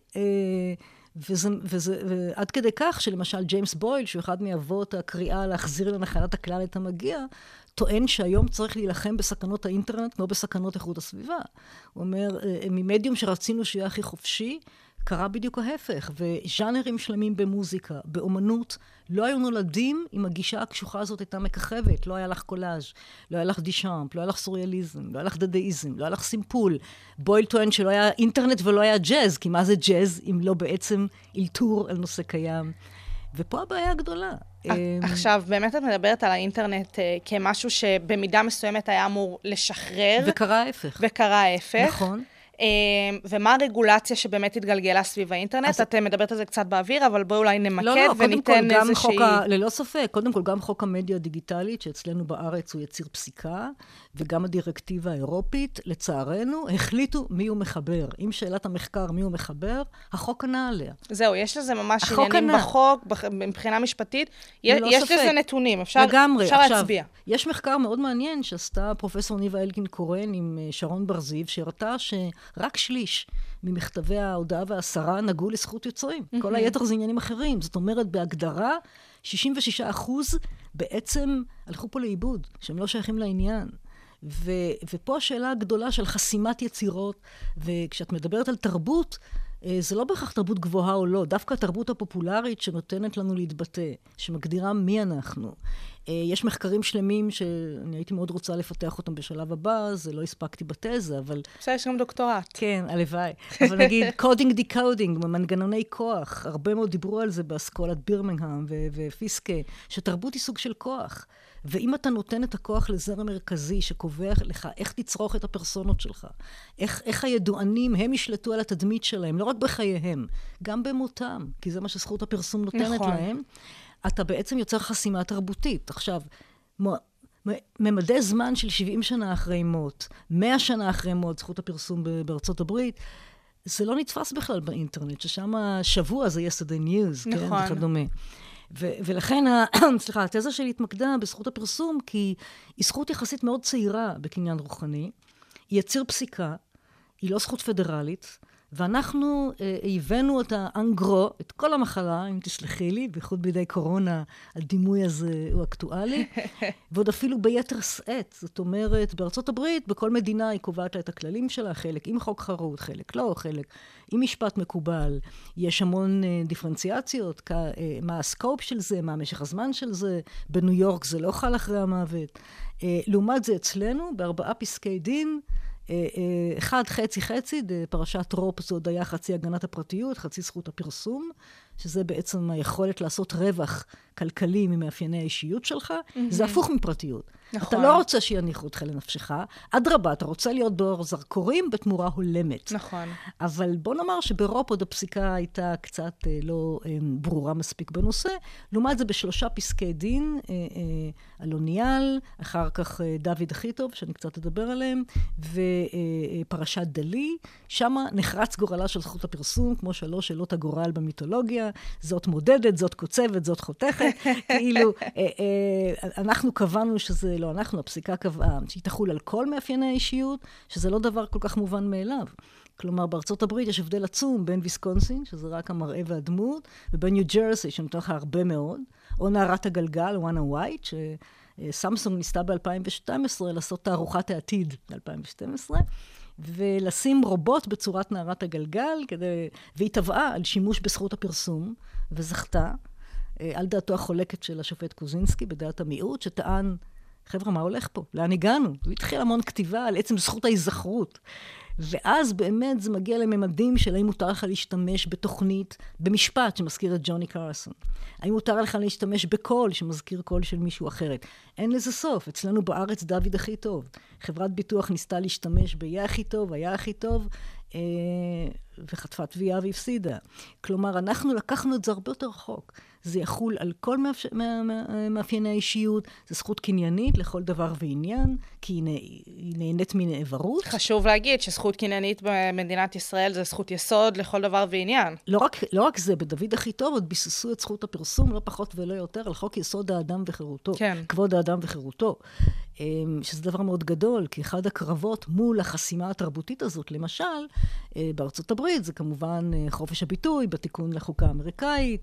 ועד כדי כך שלמשל ג'יימס בויל, שהוא אחד מאבות הקריאה להחזיר לנחלת הכלל את המגיע, טוען שהיום צריך להילחם בסכנות האינטרנט כמו בסכנות איכות הסביבה. הוא אומר, ממדיום שרצינו שיהיה הכי חופשי, קרה בדיוק ההפך, וז'אנרים שלמים במוזיקה, באומנות, לא היו נולדים אם הגישה הקשוחה הזאת הייתה מככבת. לא היה לך קולאז', לא היה לך דישאמפ, לא היה לך סוריאליזם, לא היה לך דדאיזם, לא היה לך סימפול. בויל טוען שלא היה אינטרנט ולא היה ג'אז, כי מה זה ג'אז אם לא בעצם אילתור על נושא קיים. ופה הבעיה הגדולה. עכשיו, באמת את מדברת על האינטרנט כמשהו שבמידה מסוימת היה אמור לשחרר. וקרה ההפך. וקרה ההפך. נכון. ומה הרגולציה שבאמת התגלגלה סביב האינטרנט? אתם מדברת על זה קצת באוויר, אבל בואו אולי נמקד וניתן איזושהי... ללא ספק, קודם כל גם חוק המדיה הדיגיטלית, שאצלנו בארץ הוא יציר פסיקה, וגם הדירקטיבה האירופית, לצערנו, החליטו מי הוא מחבר. אם שאלת המחקר מי הוא מחבר, החוק ענה עליה. זהו, יש לזה ממש עניינים בחוק, מבחינה משפטית, יש לזה נתונים, אפשר להצביע. יש מחקר מאוד מעניין שעשתה פרופסור ניבה אלקין קורן עם שרון בר זיו, שהראתה שרק שליש ממכתבי ההודעה וההסרה נגעו לזכות יוצרים. כל היתר זה עניינים אחרים. זאת אומרת, בהגדרה, 66% בעצם הלכו פה לאיבוד, שהם לא שייכים לעניין. ופה השאלה הגדולה של חסימת יצירות, וכשאת מדברת על תרבות, זה לא בהכרח תרבות גבוהה או לא, דווקא התרבות הפופולרית שנותנת לנו להתבטא, שמגדירה מי אנחנו. יש מחקרים שלמים שאני הייתי מאוד רוצה לפתח אותם בשלב הבא, זה לא הספקתי בתזה, אבל... בסדר, יש גם דוקטורט. כן, הלוואי. אבל נגיד, קודינג דיקודינג, מנגנוני כוח, הרבה מאוד דיברו על זה באסכולת בירמינגהאם ופיסקה, שתרבות היא סוג של כוח. ואם אתה נותן את הכוח לזרם מרכזי שקובע לך איך תצרוך את הפרסונות שלך, איך הידוענים הם ישלטו על התדמית שלהם, לא רק בחייהם, גם במותם, כי זה מה שזכות הפרסום נותנת להם, אתה בעצם יוצר חסימה תרבותית. עכשיו, ממדי זמן של 70 שנה אחרי מות, 100 שנה אחרי מות, זכות הפרסום בארצות הברית, זה לא נתפס בכלל באינטרנט, ששם השבוע זה yesterday news, כן, וכדומה. ולכן, סליחה, התזה שלי התמקדה בזכות הפרסום, כי היא זכות יחסית מאוד צעירה בקניין רוחני, היא יציר פסיקה, היא לא זכות פדרלית, ואנחנו הבאנו את האנגרו, את כל המחלה, אם תסלחי לי, בייחוד בידי קורונה, הדימוי הזה הוא אקטואלי, ועוד אפילו ביתר שאת. זאת אומרת, בארצות הברית, בכל מדינה היא קובעת לה את הכללים שלה, חלק עם חוק חרות, חלק לא, חלק עם משפט מקובל. יש המון דיפרנציאציות, מה הסקופ של זה, מה משך הזמן של זה. בניו יורק זה לא חל אחרי המוות. לעומת זה אצלנו, ב4 פסקי דין, אחד חצי, פרשת רופ זה עוד היה חצי הגנת הפרטיות, חצי זכות הפרסום, שזה בעצם היכולת לעשות רווח כלכלי ממאפייני האישיות שלך, זה הפוך מפרטיות. נכון. אתה לא רוצה שיניחו אותך לנפשך, אדרבה, אתה רוצה להיות באור זרקורים בתמורה הולמת. נכון. אבל בוא נאמר שברופ עוד הפסיקה הייתה קצת לא ברורה מספיק בנושא, לעומת זה ב3 פסקי דין, אלוניאל, אחר כך דוד אחיטוב, שאני קצת אדבר עליהם, ופרשת דלי, שם נחרץ גורלה של זכות הפרסום, כמו 3 שאלות הגורל במיתולוגיה, זאת מודדת, זאת קוצבת, זאת חותכת, כאילו, אנחנו קבענו שזה, לא אנחנו, הפסיקה קבעה, שהיא תחול על כל מאפייני האישיות, שזה לא דבר כל כך מובן מאליו. כלומר, בארצות הברית יש הבדל עצום בין ויסקונסין, שזה רק המראה והדמות, ובין ניו ג'רסי, שנותן לך הרבה מאוד, או נערת הגלגל, וואנה ווייט, שסמסונג ניסתה ב-2012 לעשות תערוכת העתיד, ב-2012, ולשים רובוט בצורת נערת הגלגל, והיא טבעה על שימוש בזכות הפרסום, וזכתה, על דעתו החולקת של השופט קוזינסקי, בדעת המיעוט, שטען, חבר'ה, מה הולך פה? לאן הגענו? הוא התחיל המון כתיבה על עצם זכות ההיזכרות. ואז באמת זה מגיע לממדים של האם מותר לך להשתמש בתוכנית, במשפט שמזכיר את ג'וני קרסון. האם מותר לך להשתמש בקול שמזכיר קול של מישהו אחרת. אין לזה סוף. אצלנו בארץ דוד הכי טוב. חברת ביטוח ניסתה להשתמש ביה הכי טוב, היה הכי טוב, וחטפה תביעה והפסידה. כלומר, אנחנו לקחנו את זה הרבה יותר רחוק. זה יחול על כל מאפייני האישיות, זה זכות קניינית לכל דבר ועניין, כי היא נהנית מנעברות. חשוב להגיד שזכות קניינית במדינת ישראל זה זכות יסוד לכל דבר ועניין. לא רק זה, בדוד הכי טוב עוד ביססו את זכות הפרסום, לא פחות ולא יותר, על חוק יסוד האדם וחירותו. כן. כבוד האדם וחירותו. שזה דבר מאוד גדול, כי אחד הקרבות מול החסימה התרבותית הזאת, למשל, בארצות הברית, זה כמובן חופש הביטוי, בתיקון לחוקה האמריקאית,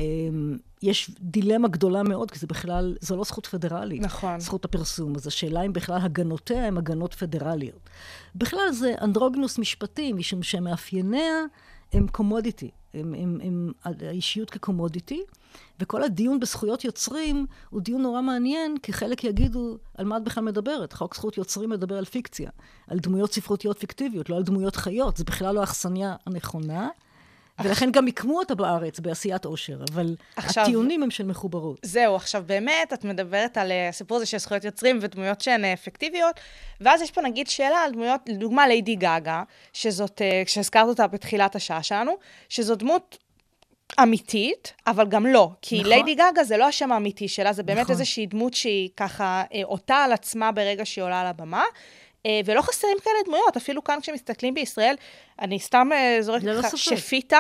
יש דילמה גדולה מאוד, כי זה בכלל, זו לא זכות פדרלית. נכון. זכות הפרסום. אז השאלה אם בכלל הגנותיה הן הגנות פדרליות. בכלל זה אנדרוגינוס משפטי, משום שמאפייניה הם קומודיטי. הם האישיות כקומודיטי, וכל הדיון בזכויות יוצרים הוא דיון נורא מעניין, כי חלק יגידו על מה את בכלל מדברת. חוק זכות יוצרים מדבר על פיקציה, על דמויות ספרותיות פיקטיביות, לא על דמויות חיות. זה בכלל לא האכסניה הנכונה, ולכן גם יקמו אותה בארץ בעשיית עושר, אבל הטיעונים הם של מחוברות. זהו, עכשיו באמת את מדברת על הסיפור הזה של זכויות יוצרים ודמויות שהן אפקטיביות, ואז יש פה נגיד שאלה על דמויות, לדוגמה ליידי גאגה, שזאת, כשהזכרת אותה בתחילת השעה שלנו, שזו דמות אמיתית, אבל גם לא, כי נכון. ליידי גאגה זה לא השם האמיתי שלה, זה באמת נכון. איזושהי דמות שהיא ככה אותה על עצמה ברגע שהיא עולה על הבמה, ולא חסרים כאלה דמויות, אפילו כאן כשמסתכלים בישראל, אני סתם זורקת לך שפיטה,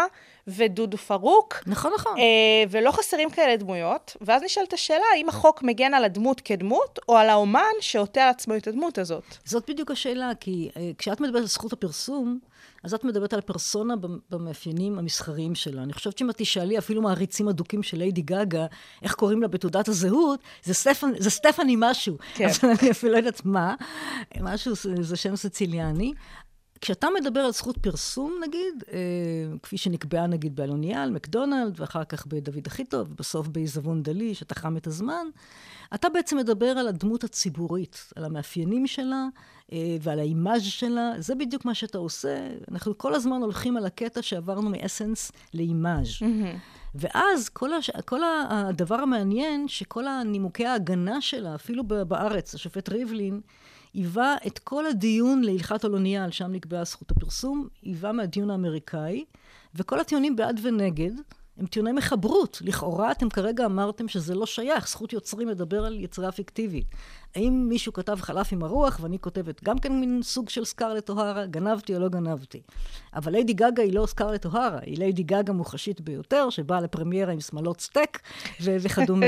ודודו פרוק. נכון. ולא חסרים כאלה דמויות, ואז נשאלת השאלה, האם החוק מגן על הדמות כדמות, או על האומן שעוטה על עצמו את הדמות הזאת? זאת בדיוק השאלה, כי כשאת מדברת על זכות הפרסום, אז את מדברת על פרסונה במאפיינים המסחריים שלה. אני חושבת שאם את תשאלי אפילו מעריצים אדוקים של ליידי גגה, איך קוראים לה בתעודת הזהות, זה סטפני משהו. כן. אז אני אפילו לא יודעת מה. משהו, זה שם סציליאני. כשאתה מדבר על זכות פרסום, נגיד, כפי שנקבעה נגיד באלוניאל, מקדונלד, ואחר כך בדוד הכי טוב, ובסוף בעיזבון דלי, שתחם את הזמן, אתה בעצם מדבר על הדמות הציבורית, על המאפיינים שלה, ועל האימאז' שלה. זה בדיוק מה שאתה עושה. אנחנו כל הזמן הולכים על הקטע שעברנו מאסנס לאימאז'. ואז כל הדבר המעניין, שכל הנימוקי ההגנה שלה, אפילו בארץ, השופט ריבלין, היווה את כל הדיון להלכת אלוניאל, שם נקבעה זכות הפרסום, היווה מהדיון האמריקאי, וכל הטיעונים בעד ונגד, הם טיעוני מחברות. לכאורה אתם כרגע אמרתם שזה לא שייך, זכות יוצרים מדבר על יצירה פיקטיבית. האם מישהו כתב חלף עם הרוח, ואני כותבת גם כן מין סוג של סקרלט אוהרה, גנבתי או לא גנבתי. אבל ליידי גגה היא לא סקרלט אוהרה, היא ליידי גגה מוחשית ביותר, שבאה לפרמיירה עם שמלות סטק וכדומה.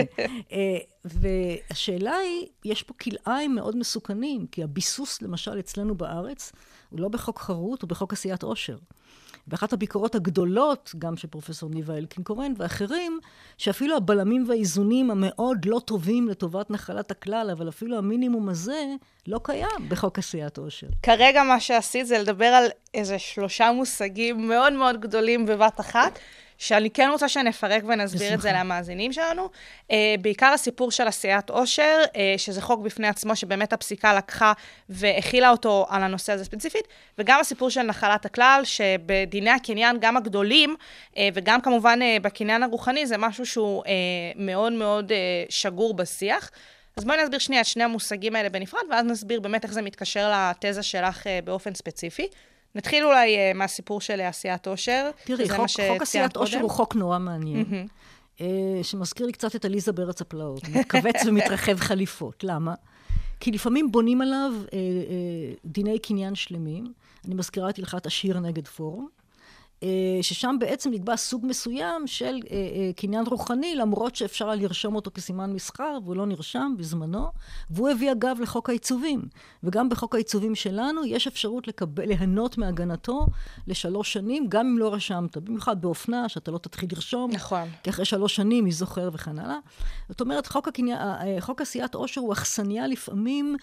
והשאלה היא, יש פה כלאיים מאוד מסוכנים, כי הביסוס למשל אצלנו בארץ, הוא לא בחוק חרות, הוא בחוק עשיית עושר. ואחת הביקורות הגדולות, גם של פרופסור ניבה אלקין קורן ואחרים, שאפילו הבלמים והאיזונים המאוד לא טובים לטובת נחלת הכלל, אבל אפילו המינימום הזה לא קיים בחוק עשיית עושר. כרגע מה שעשית זה לדבר על איזה 3 מושגים מאוד מאוד גדולים בבת אחת, שאני כן רוצה שנפרק ונסביר את זה למאזינים שלנו. בעיקר הסיפור של עשיית עושר, שזה חוק בפני עצמו שבאמת הפסיקה לקחה והכילה אותו על הנושא הזה ספציפית, וגם הסיפור של נחלת הכלל, שבדיני הקניין גם הגדולים, וגם כמובן בקניין הרוחני, זה משהו שהוא מאוד מאוד שגור בשיח. אז בואי נסביר שנייה את שני המושגים האלה בנפרד, ואז נסביר באמת איך זה מתקשר לתזה שלך באופן ספציפי. נתחיל אולי מהסיפור של עשיית עושר. תראי, חוק עשיית עושר הוא חוק נורא מעניין, שמזכיר לי קצת את עליזה בארץ הפלאות. מתכווץ ומתרחב חליפות. למה? כי לפעמים בונים עליו דיני קניין שלמים. אני מזכירה את הלכת עשיר נגד פורום, ששם בעצם נקבע סוג מסוים של קניין רוחני, למרות שאפשר לרשום אותו כסימן מסחר, והוא לא נרשם בזמנו, והוא הביא אגב לחוק העיצובים. וגם בחוק העיצובים שלנו יש אפשרות ליהנות מהגנתו ל3 שנים, גם אם לא רשמת, במיוחד באופנה, שאתה לא תתחיל לרשום, נכון. כי אחרי 3 שנים היא זוכר וכן הלאה. זאת אומרת, חוק עשיית עושר הוא אכסניה לפעמים,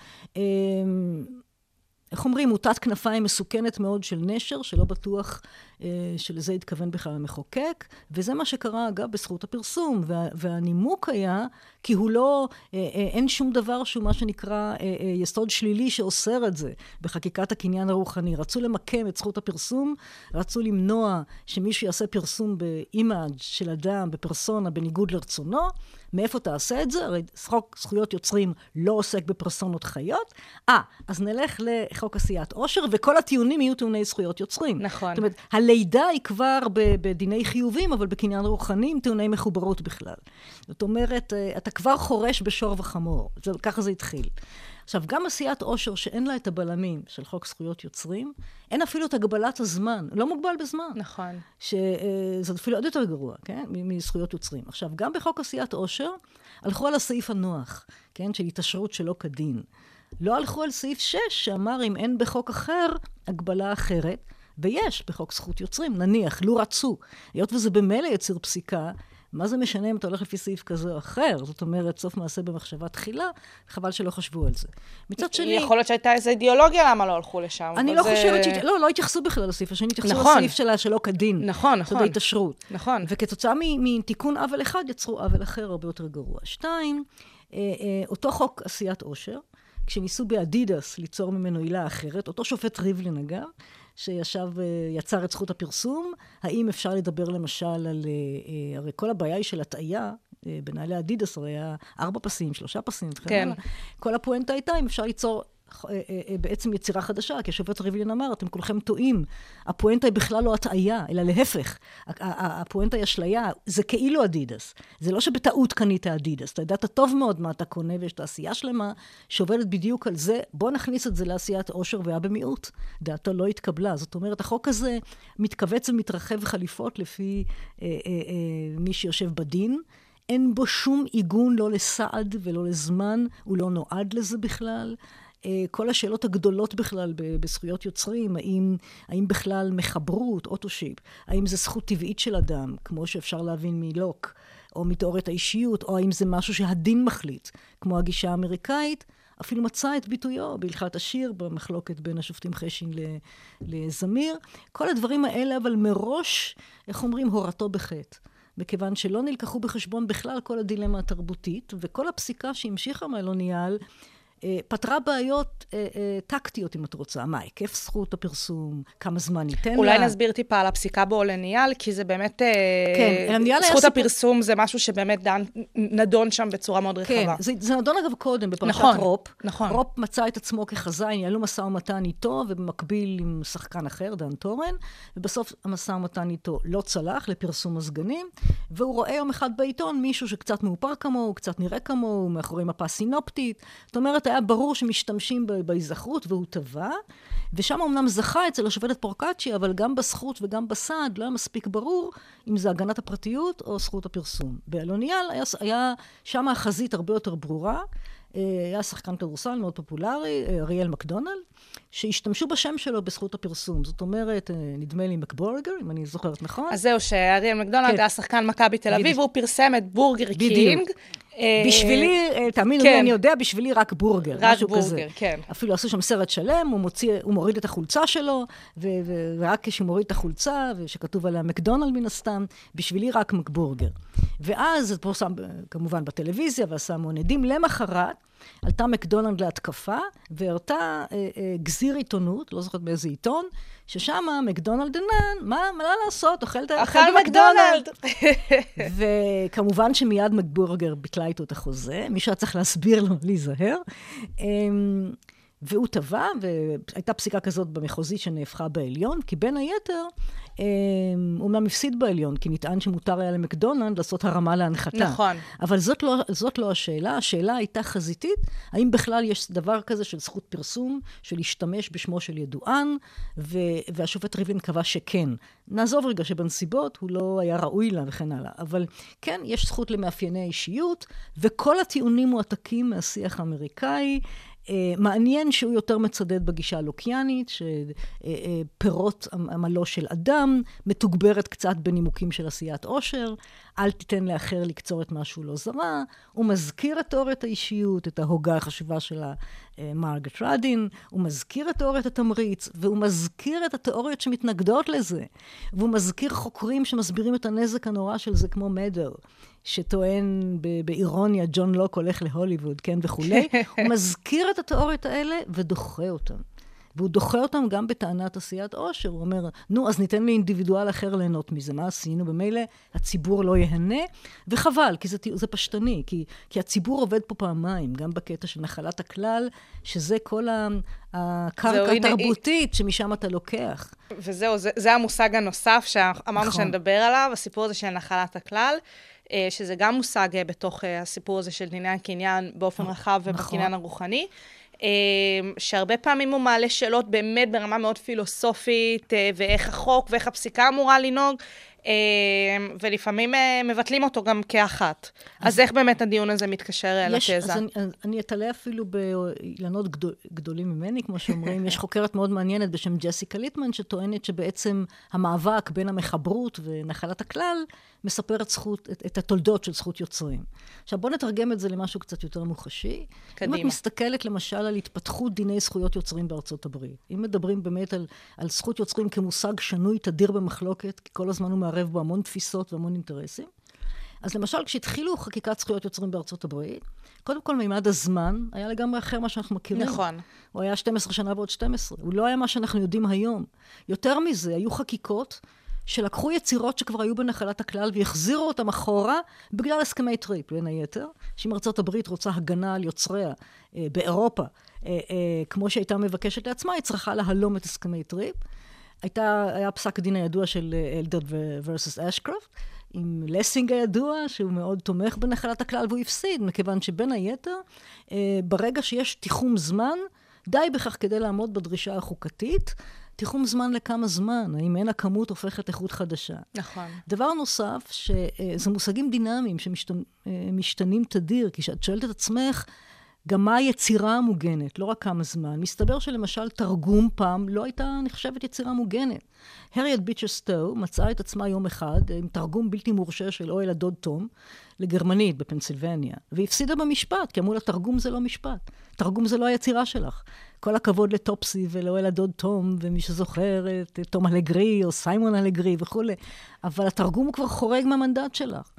איך אומרים, מוטת כנפיים מסוכנת מאוד של נשר, שלא בטוח שלזה התכוון בכלל המחוקק, וזה מה שקרה אגב בזכות הפרסום, והנימוק היה, כי הוא לא, אין שום דבר שהוא מה שנקרא יסוד שלילי שאוסר את זה, בחקיקת הקניין הרוחני. רצו למקם את זכות הפרסום, רצו למנוע שמישהו יעשה פרסום באימאג' של אדם, בפרסונה, בניגוד לרצונו. מאיפה תעשה את זה? הרי חוק זכויות יוצרים לא עוסק בפרסונות חיות. אז נלך לחוק עשיית עושר, וכל הטיעונים יהיו טיעוני זכויות יוצרים. נכון. זאת אומרת, הלידה היא כבר בדיני חיובים, אבל בקניין רוחני עם טיעוני מחוברות בכלל. זאת אומרת, אתה כבר חורש בשור וחמור. ככה זה התחיל. עכשיו, גם עשיית עושר שאין לה את הבלמים של חוק זכויות יוצרים, אין אפילו את הגבלת הזמן, לא מוגבל בזמן. נכון. שזה אפילו עוד יותר גרוע, כן? מזכויות יוצרים. עכשיו, גם בחוק עשיית עושר, הלכו על הסעיף הנוח, כן? של התעשרות שלא כדין. לא הלכו על סעיף 6, שאמר אם אין בחוק אחר, הגבלה אחרת, ויש בחוק זכות יוצרים, נניח, לא רצו. היות וזה במילא יציר פסיקה, מה זה משנה אם אתה הולך לפי סעיף כזה או אחר? זאת אומרת, סוף מעשה במחשבה תחילה, חבל שלא חשבו על זה. מצד שני... יכול להיות שהייתה איזו אידיאולוגיה למה לא הלכו לשם. אני לא חושבת לא התייחסו בכלל לסעיף השני, התייחסו לסעיף שלה שלא כדין. נכון. זאת ההתעשרות. נכון. וכתוצאה מתיקון עוול אחד, יצרו עוול אחר הרבה יותר גרוע. 2, אותו חוק עשיית עושר, כשניסו באדידס ליצור ממנו עילה אחרת, אותו שופט ריבלין אגב, שישב, יצר את זכות הפרסום, האם אפשר לדבר למשל על, הרי כל הבעיה היא של הטעיה, בנעלי אדידס הרי היה 4 פסים, 3 פסים, כן. כל הפואנטה הייתה, אם אפשר ליצור בעצם יצירה חדשה, כי השופט ריבלין אמר, אתם כולכם טועים. הפואנטה היא בכלל לא הטעיה, אלא להפך. הפואנטה היא אשליה, זה כאילו אדידס. זה לא שבטעות קנית אדידס. אתה ידעת טוב מאוד מה אתה קונה, ויש תעשייה שלמה שעובדת בדיוק על זה. בוא נכניס את זה לעשיית עושר והיה במיעוט. דעתו לא התקבלה. זאת אומרת, החוק הזה מתכווץ ומתרחב חליפות לפי מי שיושב בדין. אין בו שום עיגון לא לסעד ולא לזמן, הוא לא נועד לזה בכלל. כל השאלות הגדולות בכלל בזכויות יוצרים, האם בכלל מחברות, אוטושיפ, האם זה זכות טבעית של אדם, כמו שאפשר להבין מלוק, או מתיאוריית האישיות, או האם זה משהו שהדין מחליט, כמו הגישה האמריקאית, אפילו מצא את ביטויו בהלכת השיר, במחלוקת בין השופטים חשין לזמיר. כל הדברים האלה, אבל מראש, איך אומרים, הורתו בחטא. מכיוון שלא נלקחו בחשבון בכלל כל הדילמה התרבותית, וכל הפסיקה שהמשיכה מהלוניאל, פתרה בעיות טקטיות, אם את רוצה. מה, היקף זכות הפרסום, כמה זמן ניתן לה. אולי נסביר טיפה על הפסיקה באולניאל, כי זה באמת, כן, זכות הפרסום זה משהו שבאמת נדון שם בצורה מאוד רחבה. כן, זה נדון אגב קודם, בפרשת רופ. נכון. רופ מצא את עצמו כחזאי, ניהלו משא ומתן איתו, ובמקביל עם שחקן אחר, דן טורן, ובסוף המשא ומתן איתו לא צלח לפרסום הסגנים, והוא רואה יום אחד בעיתון מישהו שקצת מאופר כמוהו, קצת נראה כמוהו, מאחורי מפה סינופטית. זאת אומרת, היה ברור שמשתמשים בהיזכרות, והוא טבע, ושם אמנם זכה אצל השופטת פורקצ'י, אבל גם בזכות וגם בסעד לא היה מספיק ברור אם זה הגנת הפרטיות או זכות הפרסום. באלוניאל היה שם החזית הרבה יותר ברורה, היה שחקן כדורסל מאוד פופולרי, אריאל מקדונלד, שהשתמשו בשם שלו בזכות הפרסום. זאת אומרת, נדמה לי מקבורגר, אם אני זוכרת נכון. אז זהו, שאריאל מקדונלד היה שחקן מכבי תל אביב, והוא פרסם את בורגר קינג. בשבילי, תאמינו לי, אני יודע, בשבילי רק בורגר. רק בורגר, כן. אפילו עשו שם סרט שלם, הוא מוריד את החולצה שלו, ורק כשהוא מוריד את החולצה, ושכתוב עליה מקדונלד מן הסתם, בשבילי רק מקבורגר. ואז, זה פורסם כמובן בטלוויזיה, ועשה מונדים למחרת, עלתה מקדונלד להתקפה, והראתה גזיר עיתונות, לא זוכרת באיזה עיתון, ששם מקדונלד דנן, מה לעשות? אוכל מקדונלד. וכמובן שמיד מקבורגר ביטלה איתו את החוזה, מישהו היה צריך להסביר לו להיזהר, והוא טבע, והייתה פסיקה כזאת במחוזית שנהפכה בעליון, כי בין היתר, אומנם הפסיד בעליון, כי נטען שמותר היה למקדונלד לעשות הרמה להנחתה. נכון. אבל זאת לא השאלה. השאלה הייתה חזיתית, האם בכלל יש דבר כזה של זכות פרסום, של להשתמש בשמו של ידוען, והשופט ריבלין קבע שכן. נעזוב רגע שבנסיבות הוא לא היה ראוי לה וכן הלאה. אבל כן, יש זכות למאפייני האישיות, וכל הטיעונים מועתקים מהשיח האמריקאי, מעניין שהוא יותר מצדד בגישה הלוקיאנית, שפירות עמלו של אדם, מתוגברת קצת בנימוקים של עשיית עושר, אל תיתן לאחר לקצור את משהו לא זרה, הוא מזכיר את תיאוריית האישיות, את ההוגה החשובה של מרגרט רדין, הוא מזכיר את תיאוריית התמריץ, והוא מזכיר את התיאוריות שמתנגדות לזה, והוא מזכיר חוקרים שמסבירים את הנזק הנורא של זה, כמו מדר, שטוען באירוניה, ג'ון לוק הולך להוליווד, כן, וכולי. הוא מזכיר את התיאוריות האלה ודוחה אותן. והוא דוחה אותם גם בטענת עשיית עושר. הוא אומר, נו, אז ניתן לאינדיבידואל אחר ליהנות מזה. מה עשינו? במילא הציבור לא יהנה, וחבל, כי זה פשטני, כי הציבור עובד פה פעמיים, גם בקטע של נחלת הכלל, שזה כל הקרקע התרבותית שמשם אתה לוקח. וזהו, זה המושג הנוסף שאמרנו שנדבר עליו, הסיפור הזה של נחלת הכלל, שזה גם מושג בתוך הסיפור הזה של דיני הקניין באופן רחב ובקניין הרוחני, שהרבה פעמים הוא מעלה שאלות באמת ברמה מאוד פילוסופית, ואיך החוק ואיך הפסיקה אמורה לנהוג, ולפעמים מבטלים אותו גם כאחת. אז איך באמת הדיון הזה מתקשר לתזה? אז אני אתעלה אפילו באילנות גדולים ממני, כמו שאומרים. יש חוקרת מאוד מעניינת בשם ג'סיקה ליטמן, שטוענת שבעצם המאבק בין המחברות ונחלת הכלל, מספרת את התולדות של זכות יוצרים. עכשיו בוא נתרגם את זה למשהו קצת יותר מוחשי. קדימה. אם את מסתכלת למשל על התפתחות דיני זכויות יוצרים בארצות הברית, אם מדברים באמת על זכות יוצרים כמושג שנוי תדיר במחלוקת, כי כל הזמן הוא מערב בו המון תפיסות והמון אינטרסים, אז למשל כשהתחילו חקיקת זכויות יוצרים בארצות הברית, קודם כל מימד הזמן היה לגמרי אחר מה שאנחנו מכירים. נכון. הוא היה 12 שנה ועוד 12. הוא לא היה מה שאנחנו יודעים היום. יותר מזה, היו חקיקות שלקחו יצירות שכבר היו בנחלת הכלל והחזירו אותם אחורה בגלל הסכמי טריפ, בין היתר, שאם ארצות הברית רוצה הגנה על יוצריה באירופה, כמו שהייתה מבקשת לעצמה, היא צריכה להלום את הסכמי טריפ. היה פסק הדין הידוע של אלדד versus אשקרופט, עם לסינג הידוע, שהוא מאוד תומך בנחלת הכלל, והוא הפסיד, מכיוון שבין היתר, ברגע שיש תיחום זמן, די בכך כדי לעמוד בדרישה החוקתית, תיחום זמן לכמה זמן, האם אין הכמות הופכת איכות חדשה. נכון. דבר נוסף, שזה מושגים דינמיים שמשתנים תדיר, כי כשאת שואלת את עצמך, גם מה היצירה המוגנת, לא רק כמה זמן. מסתבר שלמשל תרגום פעם לא הייתה נחשבת יצירה מוגנת. הריאט ביצ'ר סטו מצאה את עצמה יום אחד עם תרגום בלתי מורשה של אוהל הדוד תום לגרמנית בפנסילבניה, והפסידה במשפט, כי אמרו לה, תרגום זה לא משפט. תרגום זה לא היצירה שלך. כל הכבוד לטופסי ולאוהל הדוד תום, ומי שזוכר את תום אלגרי או סיימון אלגרי וכו'. אבל התרגום הוא כבר חורג מהמנדט שלך.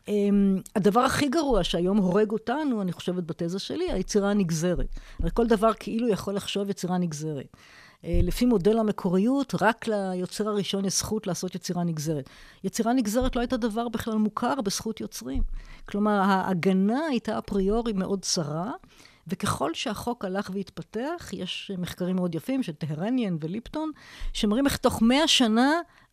הדבר הכי גרוע שהיום הורג אותנו, אני חושבת בתזה שלי, היצירה הנגזרת. הרי כל דבר כאילו יכול לחשוב יצירה נגזרת. לפי מודל המקוריות, רק ליוצר הראשון יש זכות לעשות יצירה נגזרת. יצירה נגזרת לא הייתה דבר בכלל מוכר בזכות יוצרים. כלומר, ההגנה הייתה אפריורי מאוד צרה, וככל שהחוק הלך והתפתח, יש מחקרים מאוד יפים של טהרניאן וליפטון, שמראים איך תוך 100 שנה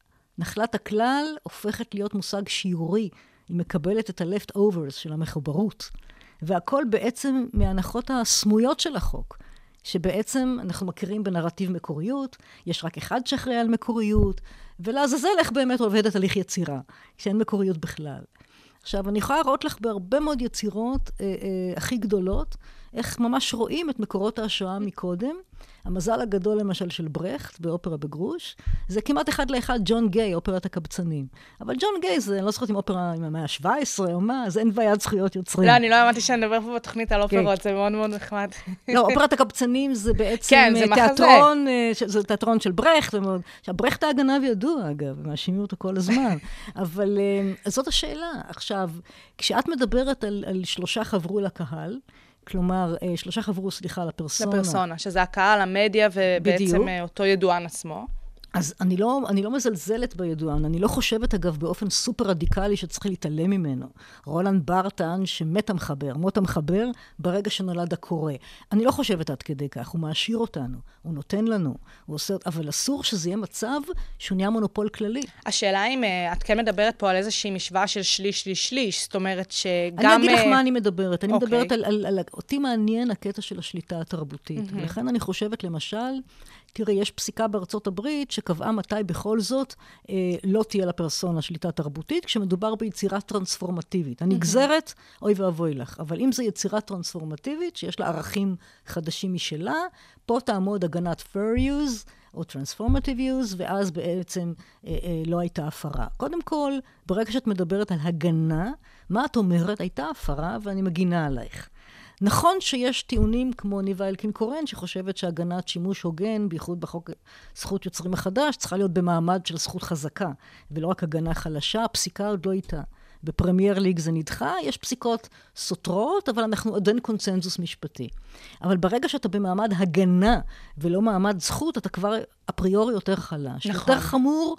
נחלת הכלל הופכת להיות מושג שיורי, היא מקבלת את ה-leftovers של המחוברות. והכל בעצם מההנחות הסמויות של החוק, שבעצם אנחנו מכירים בנרטיב מקוריות, יש רק אחד שאחראי על מקוריות, ולעזאזל איך באמת עובדת הליך יצירה, כשאין מקוריות בכלל. עכשיו, אני יכולה להראות לך בהרבה מאוד יצירות הכי גדולות, איך ממש רואים את מקורות ההשראה מקודם. המזל הגדול למשל של ברכט באופרה בגרוש, זה כמעט אחד לאחד ג'ון גיי, אופרת הקבצנים. אבל ג'ון גיי זה, אני לא זוכרת עם אופרה עם המאה ה-17 או מה, אז אין בעיית זכויות יוצרים. לא, אני לא אמרתי שאני מדבר פה בתוכנית על אופרות, זה מאוד מאוד נחמד. לא, אופרת הקבצנים זה בעצם תיאטרון, זה תיאטרון של ברכט, ברכט היה גנב ידוע, אגב, מאשימים אותו כל הזמן. אבל זאת השאלה. עכשיו, כשאת מדברת על 3 חברו לקהל, כלומר, 3 חברו, לפרסונה. לפרסונה, שזה הקהל, המדיה, ובעצם אותו ידוען עצמו. אז אני לא מזלזלת בידוען, אני לא חושבת אגב באופן סופר רדיקלי שצריך להתעלם ממנו. רולנד בר טען שמת המחבר, מות המחבר ברגע שנולד הקורא. אני לא חושבת עד כדי כך, הוא מעשיר אותנו, הוא נותן לנו, הוא עושה, אבל אסור שזה יהיה מצב שהוא נהיה מונופול כללי. השאלה אם את כן מדברת פה על איזושהי משוואה של שליש, זאת אומרת שגם... אני אגיד לך מה אני מדברת, אני מדברת על אותי מעניין הקטע של השליטה התרבותית, ולכן אני חושבת למשל, תראה, יש פסיקה בארצות הברית שקבעה מתי בכל זאת לא תהיה לפרסונה שליטה תרבותית, כשמדובר ביצירה טרנספורמטיבית. הנגזרת, אוי ואבוי לך. אבל אם זו יצירה טרנספורמטיבית, שיש לה ערכים חדשים משלה, פה תעמוד הגנת fair use או transformative use, ואז בעצם לא הייתה הפרה. קודם כל, ברגע שאת מדברת על הגנה, מה את אומרת? הייתה הפרה ואני מגינה עלייך. נכון שיש טיעונים כמו ניבה אלקין קורן, שחושבת שהגנת שימוש הוגן, בייחוד בחוק זכות יוצרים החדש, צריכה להיות במעמד של זכות חזקה, ולא רק הגנה חלשה, הפסיקה עוד לא איתה. בפרמייר ליג זה נדחה, יש פסיקות סותרות, אבל אנחנו עדיין קונצנזוס משפטי. אבל ברגע שאתה במעמד הגנה, ולא מעמד זכות, אתה כבר אפריורי יותר חלש. נכון. יותר חמור,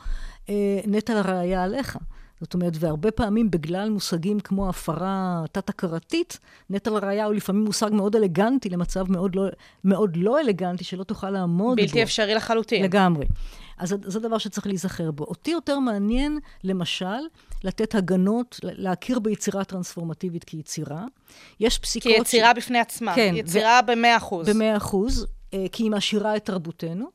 נטל הראייה עליך. זאת אומרת, והרבה פעמים בגלל מושגים כמו הפרה תת-הכרתית, נטל הראייה הוא לפעמים מושג מאוד אלגנטי, למצב מאוד לא אלגנטי, שלא תוכל לעמוד בו. בלתי אפשרי לחלוטין. לגמרי. אז זה דבר שצריך להיזכר בו. אותי יותר מעניין, למשל, לתת הגנות, להכיר ביצירה טרנספורמטיבית כיצירה. יש פסיקות... כיצירה בפני עצמה. כן. יצירה ב100%. ב100%, כי היא מעשירה את תרבותנו.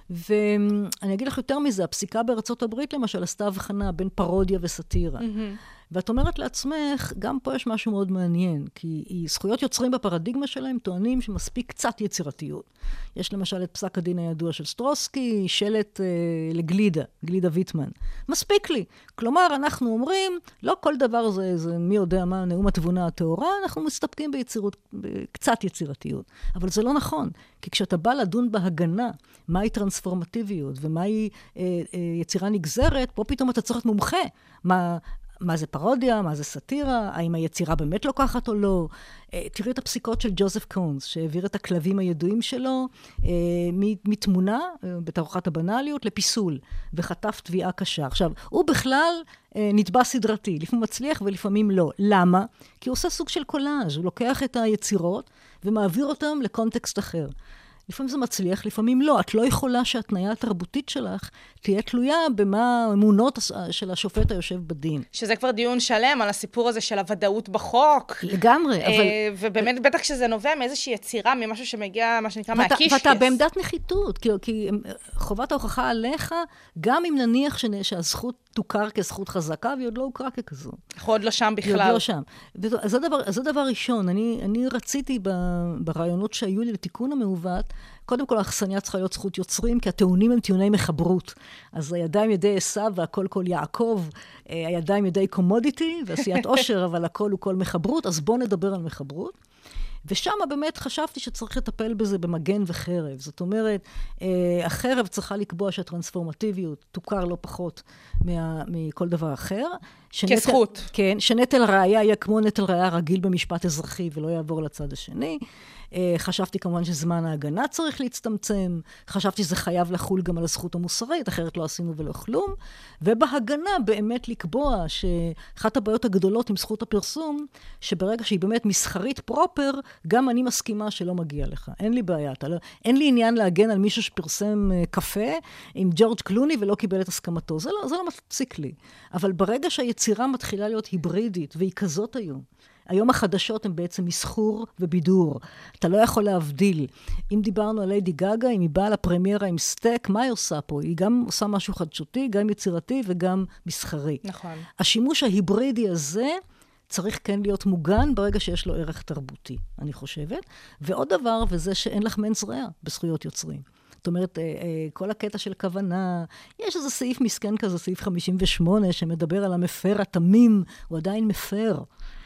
ואני אגיד לך יותר מזה, הפסיקה בארצות הברית למשל עשתה הבחנה בין פרודיה וסטירה. ואת אומרת לעצמך, גם פה יש משהו מאוד מעניין, כי זכויות יוצרים בפרדיגמה שלהם טוענים שמספיק קצת יצירתיות. יש למשל את פסק הדין הידוע של סטרוסקי, שלט לגלידה, גלידה ויטמן. מספיק לי. כלומר, אנחנו אומרים, לא כל דבר זה מי יודע מה, נאום התבונה הטהורה, אנחנו מסתפקים בקצת יצירתיות. אבל זה לא נכון, כי כשאתה בא לדון בהגנה, מהי טרנספורמטיביות ומהי יצירה נגזרת, פה פתאום אתה צריך מומחה. מה זה פרודיה, מה זה סאטירה, האם היצירה באמת לוקחת או לא. תראי את הפסיקות של ג'וזף קונס, שהעביר את הכלבים הידועים שלו מתמונה, בתערוכת הבנליות, לפיסול, וחטף תביעה קשה. עכשיו, הוא בכלל נתבע סדרתי, לפעמים מצליח ולפעמים לא. למה? כי הוא עושה סוג של קולאז', הוא לוקח את היצירות ומעביר אותם לקונטקסט אחר. לפעמים זה מצליח, לפעמים לא. את לא יכולה שהתניה התרבותית שלך תהיה תלויה במה האמונות של השופט היושב בדין. שזה כבר דיון שלם על הסיפור הזה של הוודאות בחוק. לגמרי, אבל... ובאמת, בטח שזה נובע מאיזושהי יצירה, ממשהו שמגיע, מה שנקרא, מהקישקס. ואתה בעמדת נחיתות, כי חובת ההוכחה עליך, גם אם נניח שהזכות תוכר כזכות חזקה, והיא עוד לא הוכרה ככזו. אנחנו עוד לא שם בכלל. היא עוד לא שם. אז זה דבר ראשון. אני רציתי ברעיונות שהיו לי לתיקון המעוות, קודם כל, האכסניה צריכה להיות זכות יוצרים, כי הטיעונים הם טיעוני מחברות. אז הידיים ידי עשיו והכל כל יעקב, הידיים ידי קומודיטי ועשיית עושר, אבל הכל הוא כל מחברות, אז בואו נדבר על מחברות. ושם באמת חשבתי שצריך לטפל בזה במגן וחרב. זאת אומרת, החרב צריכה לקבוע שהטרנספורמטיביות תוכר לא פחות מכל דבר אחר. כזכות. כן, שנטל הראייה יהיה כמו נטל ראייה רגיל במשפט אזרחי ולא יעבור לצד השני. חשבתי כמובן שזמן ההגנה צריך להצטמצם, חשבתי שזה חייב לחול גם על הזכות המוסרית, אחרת לא עשינו ולא כלום, ובהגנה באמת לקבוע שאחת הבעיות הגדולות עם זכות הפרסום, שברגע שהיא באמת מסחרית פרופר, גם אני מסכימה שלא מגיע לך. אין לי בעיה, אין לי עניין להגן על מישהו שפרסם קפה עם ג'ורג' קלוני ולא קיבל את הסכמתו, זה לא מפסיק לי. אבל ברגע שהיצירה מתחילה להיות היברידית, והיא כזאת היום החדשות הן בעצם מסחור ובידור. אתה לא יכול להבדיל. אם דיברנו על ליידי גגה, אם היא באה לפרמיירה עם סטייק, מה היא עושה פה? היא גם עושה משהו חדשותי, גם יצירתי וגם מסחרי. נכון. השימוש ההיברידי הזה צריך כן להיות מוגן ברגע שיש לו ערך תרבותי, אני חושבת. ועוד דבר, וזה שאין לך מנס ריאה בזכויות יוצרים. זאת אומרת, כל הקטע של כוונה, יש איזה סעיף מסכן כזה, סעיף 58, שמדבר על המפר התמים, הוא עדיין מפר.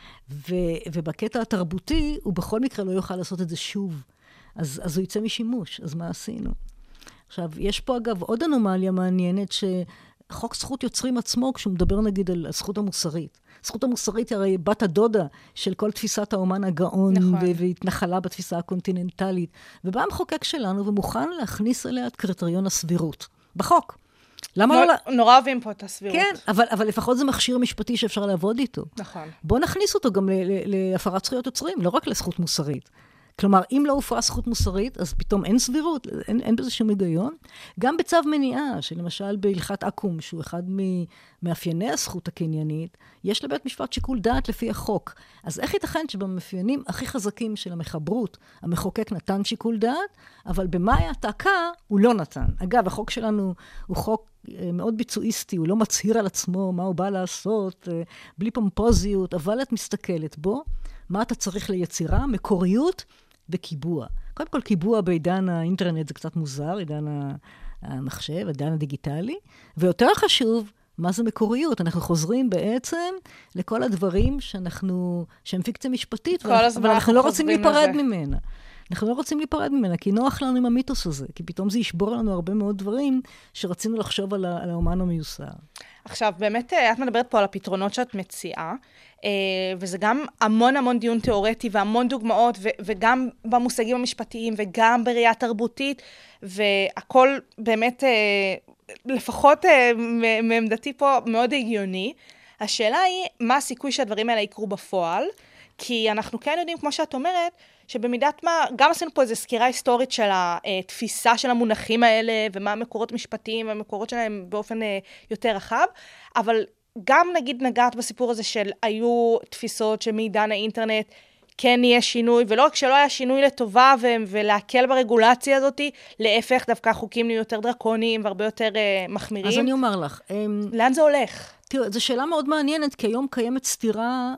ובקטע התרבותי, הוא בכל מקרה לא יוכל לעשות את זה שוב. אז הוא יצא משימוש, אז מה עשינו? עכשיו, יש פה אגב עוד אנומליה מעניינת, שחוק זכות יוצרים עצמו, כשהוא מדבר נגיד על הזכות המוסרית. הזכות המוסרית היא הרי בת הדודה של כל תפיסת האומן הגאון, נכון. והתנחלה בתפיסה הקונטיננטלית. ובא המחוקק שלנו ומוכן להכניס אליה את קריטריון הסבירות. בחוק. למה לא... נורא אוהבים פה את הסבירות. כן, אבל לפחות זה מכשיר משפטי שאפשר לעבוד איתו. נכון. בוא נכניס אותו גם להפרת זכויות יוצרים, לא רק לזכות מוסרית. כלומר, אם לא הופרה זכות מוסרית, אז פתאום אין סבירות, אין בזה שום היגיון. גם בצו מניעה, שלמשל בהלכת אקום, שהוא אחד ממאפייני הזכות הקניינית, יש לבית משפט שיקול דעת לפי החוק. אז איך ייתכן שבמאפיינים הכי חזקים של המחברות, המחוקק נתן שיקול דעת, אבל במאי העתקה הוא לא נתן. אגב, החוק שלנו הוא חוק מאוד ביצועיסטי, הוא לא מצהיר על עצמו מה הוא בא לעשות, בלי פומפוזיות, אבל את מסתכלת בו, מה אתה צריך ליצירה? מקוריות וקיבוע. קודם כל, קיבוע בעידן האינטרנט זה קצת מוזר, עידן המחשב, עידן הדיגיטלי, ויותר חשוב, מה זה מקוריות? אנחנו חוזרים בעצם לכל הדברים שהם פיקציה משפטית, אבל אנחנו לא רוצים להיפרד ממנה. אנחנו לא רוצים להיפרד ממנה, כי נוח לנו עם המיתוס הזה, כי פתאום זה ישבור לנו הרבה מאוד דברים שרצינו לחשוב על האומן המיוסר. עכשיו, באמת, את מדברת פה על הפתרונות שאת מציעה, וזה גם המון דיון תיאורטי והמון דוגמאות, וגם במושגים המשפטיים וגם בראייה תרבותית, והכל באמת, לפחות מעמדתי פה מאוד הגיוני. השאלה היא, מה הסיכוי שהדברים האלה יקרו בפועל? כי אנחנו כן יודעים, כמו שאת אומרת, שבמידת מה, גם עשינו פה איזו סקירה היסטורית של התפיסה של המונחים האלה, ומה המקורות המשפטיים, והמקורות שלהם באופן יותר רחב, אבל גם נגיד נגעת בסיפור הזה של היו תפיסות שמעידן האינטרנט כן יהיה שינוי, ולא רק שלא היה שינוי לטובה ולהקל ברגולציה הזאת, להפך דווקא החוקים נהיו יותר דרקוניים והרבה יותר מחמירים. אז אני אומר לך. לאן זה הולך? תראו, זו שאלה מאוד מעניינת, כי היום קיימת סתירה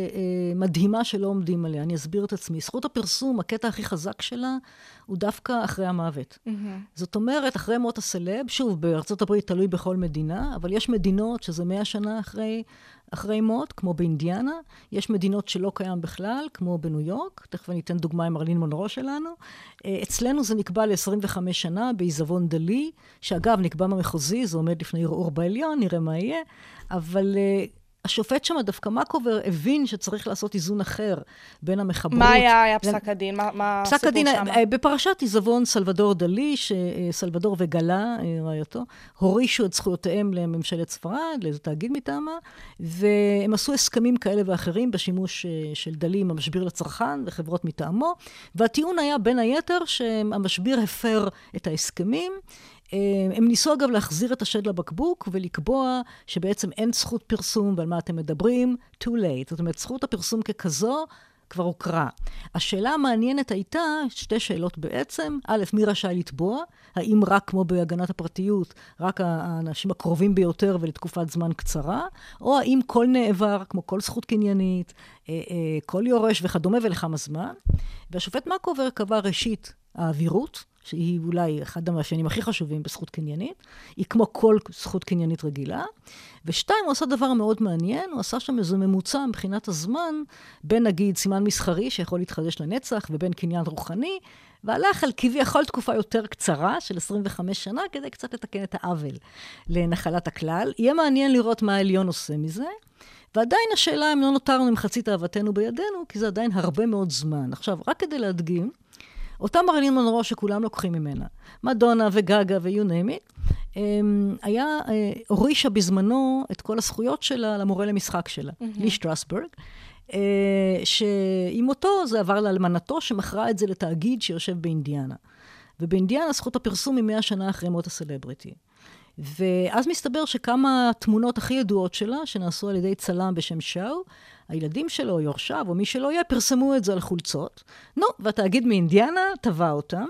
מדהימה שלא עומדים עליה. אני אסביר את עצמי. זכות הפרסום, הקטע הכי חזק שלה, הוא דווקא אחרי המוות. זאת אומרת, אחרי מות הסלב, שוב, בארצות הברית תלוי בכל מדינה, אבל יש מדינות שזה 100 שנה אחרי מות, כמו באינדיאנה. יש מדינות שלא קיים בכלל, כמו בניו יורק. תכף אני אתן דוגמה עם מרלין מונרו שלנו. אצלנו זה נקבע ל-25 שנה בעיזבון דלי, שאגב נקבע במחוזי, זה עומד לפני ערעור בעליון, נראה מה יהיה. אבל השופט שם, דווקא מקובר, הבין שצריך לעשות איזון אחר בין המחברות. מה היה פסק הדין? מה פסק הדין, שם? בפרשת עיזבון סלבדור דלי, שסלבדור וגלה, רעייתו, הורישו את זכויותיהם לממשלת ספרד, לאיזה תאגיד מטעמה, והם עשו הסכמים כאלה ואחרים בשימוש של דלי עם המשביר לצרכן וחברות מטעמו, והטיעון היה בין היתר שהמשביר הפר את ההסכמים. הם ניסו אגב להחזיר את השד לבקבוק ולקבוע שבעצם אין זכות פרסום ועל מה אתם מדברים, too late. זאת אומרת, זכות הפרסום ככזו כבר הוקרה. השאלה המעניינת הייתה, שתי שאלות בעצם. א', מי רשאי לתבוע? האם רק כמו בהגנת הפרטיות, רק האנשים הקרובים ביותר ולתקופת זמן קצרה? או האם כל נעבר, כמו כל זכות קניינית, כל יורש וכדומה ולכמה זמן? והשופט מקובר קבע ראשית האווירות, שהיא אולי אחד המאפיינים הכי חשובים בזכות קניינית, היא כמו כל זכות קניינית רגילה, ושתיים, הוא עשה דבר מאוד מעניין, הוא עשה שם איזה ממוצע מבחינת הזמן, בין נגיד סימן מסחרי שיכול להתחדש לנצח, ובין קניין רוחני, והלך על כביכול תקופה יותר קצרה, של 25 שנה, כדי קצת לתקן את העוול לנחלת הכלל. יהיה מעניין לראות מה העליון עושה מזה, ועדיין השאלה אם לא נותרנו עם חצי תאוותנו בידינו, כי זה עדיין הרבה מאוד זמן. עכשיו, רק כדי להדגים, אותה מרילין מונרו שכולם לוקחים ממנה, מדונה וגגה ו-you name it, הורישה בזמנו את כל הזכויות שלה למורה למשחק שלה, לי שטרסברג, שעם אותו זה עבר לאלמנתו שמכרה את זה לתאגיד שיושב באינדיאנה. ובאינדיאנה זכות הפרסום היא 100 שנה אחרי מות הסלבריטי. ואז מסתבר שכמה תמונות הכי ידועות שלה, שנעשו על ידי צלם בשם שאו, הילדים שלו, יורשיו, או מי שלא יהיה, פרסמו את זה על חולצות. והתאגיד מאינדיאנה טבע אותם,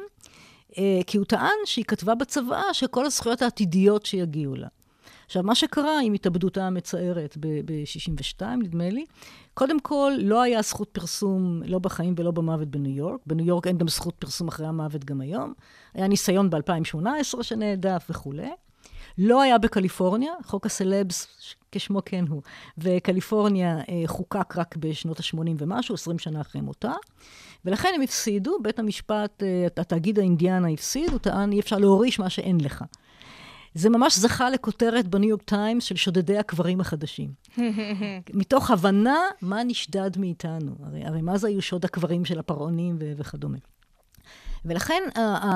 כי הוא טען שהיא כתבה בצבאה שכל הזכויות העתידיות שיגיעו לה. עכשיו, מה שקרה עם התאבדותה המצערת ב-62, נדמה לי, קודם כל, לא היה זכות פרסום, לא בחיים ולא במוות בניו יורק. בניו יורק אין גם זכות פרסום אחרי המוות גם היום. היה ניסיון ב-2018 שנעדף וכו'. לא היה בקליפורניה, חוק הסלבס, כשמו כן הוא, וקליפורניה חוקק רק בשנות ה-80 ומשהו, 20 שנה אחרי מותה, ולכן הם הפסידו, בית המשפט, התאגיד האינדיאנה הפסיד, הוא טען, אי אפשר להוריש מה שאין לך. זה ממש זכה לכותרת בניו יורק טיימס של שודדי הקברים החדשים. מתוך הבנה מה נשדד מאיתנו. הרי מה זה היו שוד הקברים של הפרעונים וכדומה. ולכן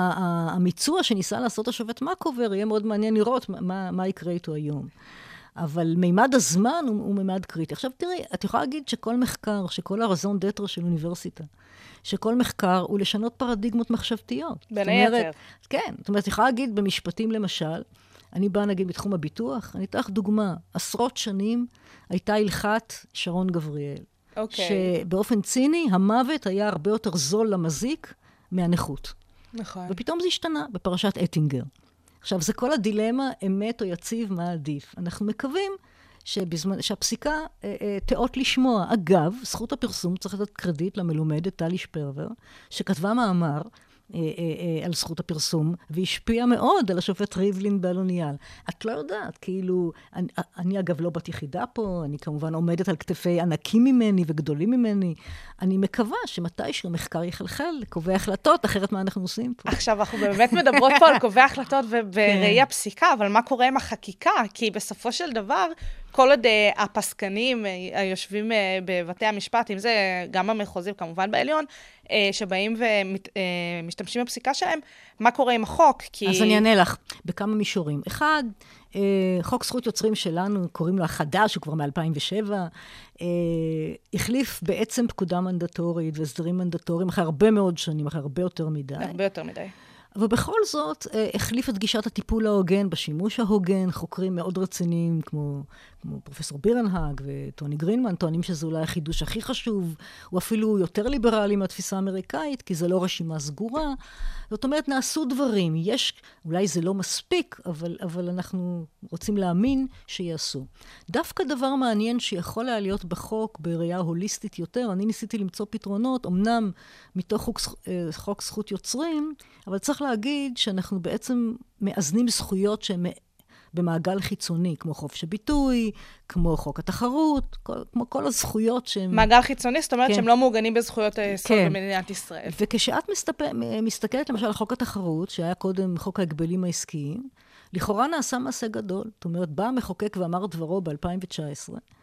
המיצוע שניסה לעשות השופט מקובר יהיה מאוד מעניין לראות מה יקרה איתו היום. אבל מימד הזמן הוא מימד קריטי. עכשיו תראי, את יכולה להגיד שכל מחקר, שכל הרזון דטר של אוניברסיטה, שכל מחקר הוא לשנות פרדיגמות מחשבתיות. בין היתר. כן, זאת אומרת, יכולה להגיד במשפטים למשל, אני באה נגיד בתחום הביטוח, אני אתן לך דוגמה, עשרות שנים הייתה הלכת שרון גבריאל. אוקיי. שבאופן ציני, המוות היה הרבה יותר זול למזיק מהנכות. נכון. ופתאום זה השתנה בפרשת אטינגר. עכשיו, זה כל הדילמה, אמת או יציב, מה עדיף. אנחנו מקווים שהפסיקה תאות לשמוע. אגב, זכות הפרסום צריך לתת קרדיט למלומדת טלי שפרבר, שכתבה מאמר על זכות הפרסום, והשפיע מאוד על השופט ריבלין באלוניאל. את לא יודעת, כאילו, אני אגב לא בת יחידה פה, אני כמובן עומדת על כתפי ענקים ממני וגדולים ממני. אני מקווה שמתישהו מחקר יחלחל לקובעי החלטות, אחרת מה אנחנו עושים פה? עכשיו, אנחנו באמת מדברות פה על קובעי החלטות ובראי הפסיקה, אבל מה קורה עם החקיקה? כי בסופו של דבר, כל עוד הפסקנים היושבים בבתי המשפט, אם זה גם במחוזים, כמובן בעליון, שבאים ומשתמשים בפסיקה שלהם, מה קורה עם החוק? אז אני אענה לך בכמה מישורים. אחד, חוק זכות יוצרים שלנו, קוראים לו החדש, הוא כבר מ-2007, החליף בעצם פקודה מנדטורית והסדרים מנדטוריים, אחרי הרבה מאוד שנים, אחרי הרבה יותר מדי. הרבה יותר מדי. ובכל זאת, החליף את גישת הטיפול ההוגן בשימוש ההוגן, חוקרים מאוד רציניים, כמו פרופסור בירנהאג וטוני גרינמן, טוענים שזה אולי החידוש הכי חשוב, הוא אפילו יותר ליברלי מהתפיסה האמריקאית, כי זה לא רשימה סגורה. זאת אומרת, נעשו דברים. אולי זה לא מספיק, אבל אנחנו רוצים להאמין שיעשו. דווקא דבר מעניין שיכול היה להיות בחוק, בראייה הוליסטית יותר, אני ניסיתי למצוא פתרונות, אמנם מתוך חוק זכות יוצרים, אבל צריך להגיד שאנחנו בעצם מאזנים זכויות שהן במעגל חיצוני, כמו חופש הביטוי, כמו חוק התחרות, כמו כל הזכויות שהן... מעגל חיצוני, זאת אומרת שהם לא מעוגנים בזכויות היסוד במדינת ישראל. וכשאת מסתכלת למשל על חוק התחרות, שהיה קודם חוק ההגבלים העסקיים, לכאורה נעשה מעשה גדול. זאת אומרת, בא המחוקק ואמר דברו ב-2019,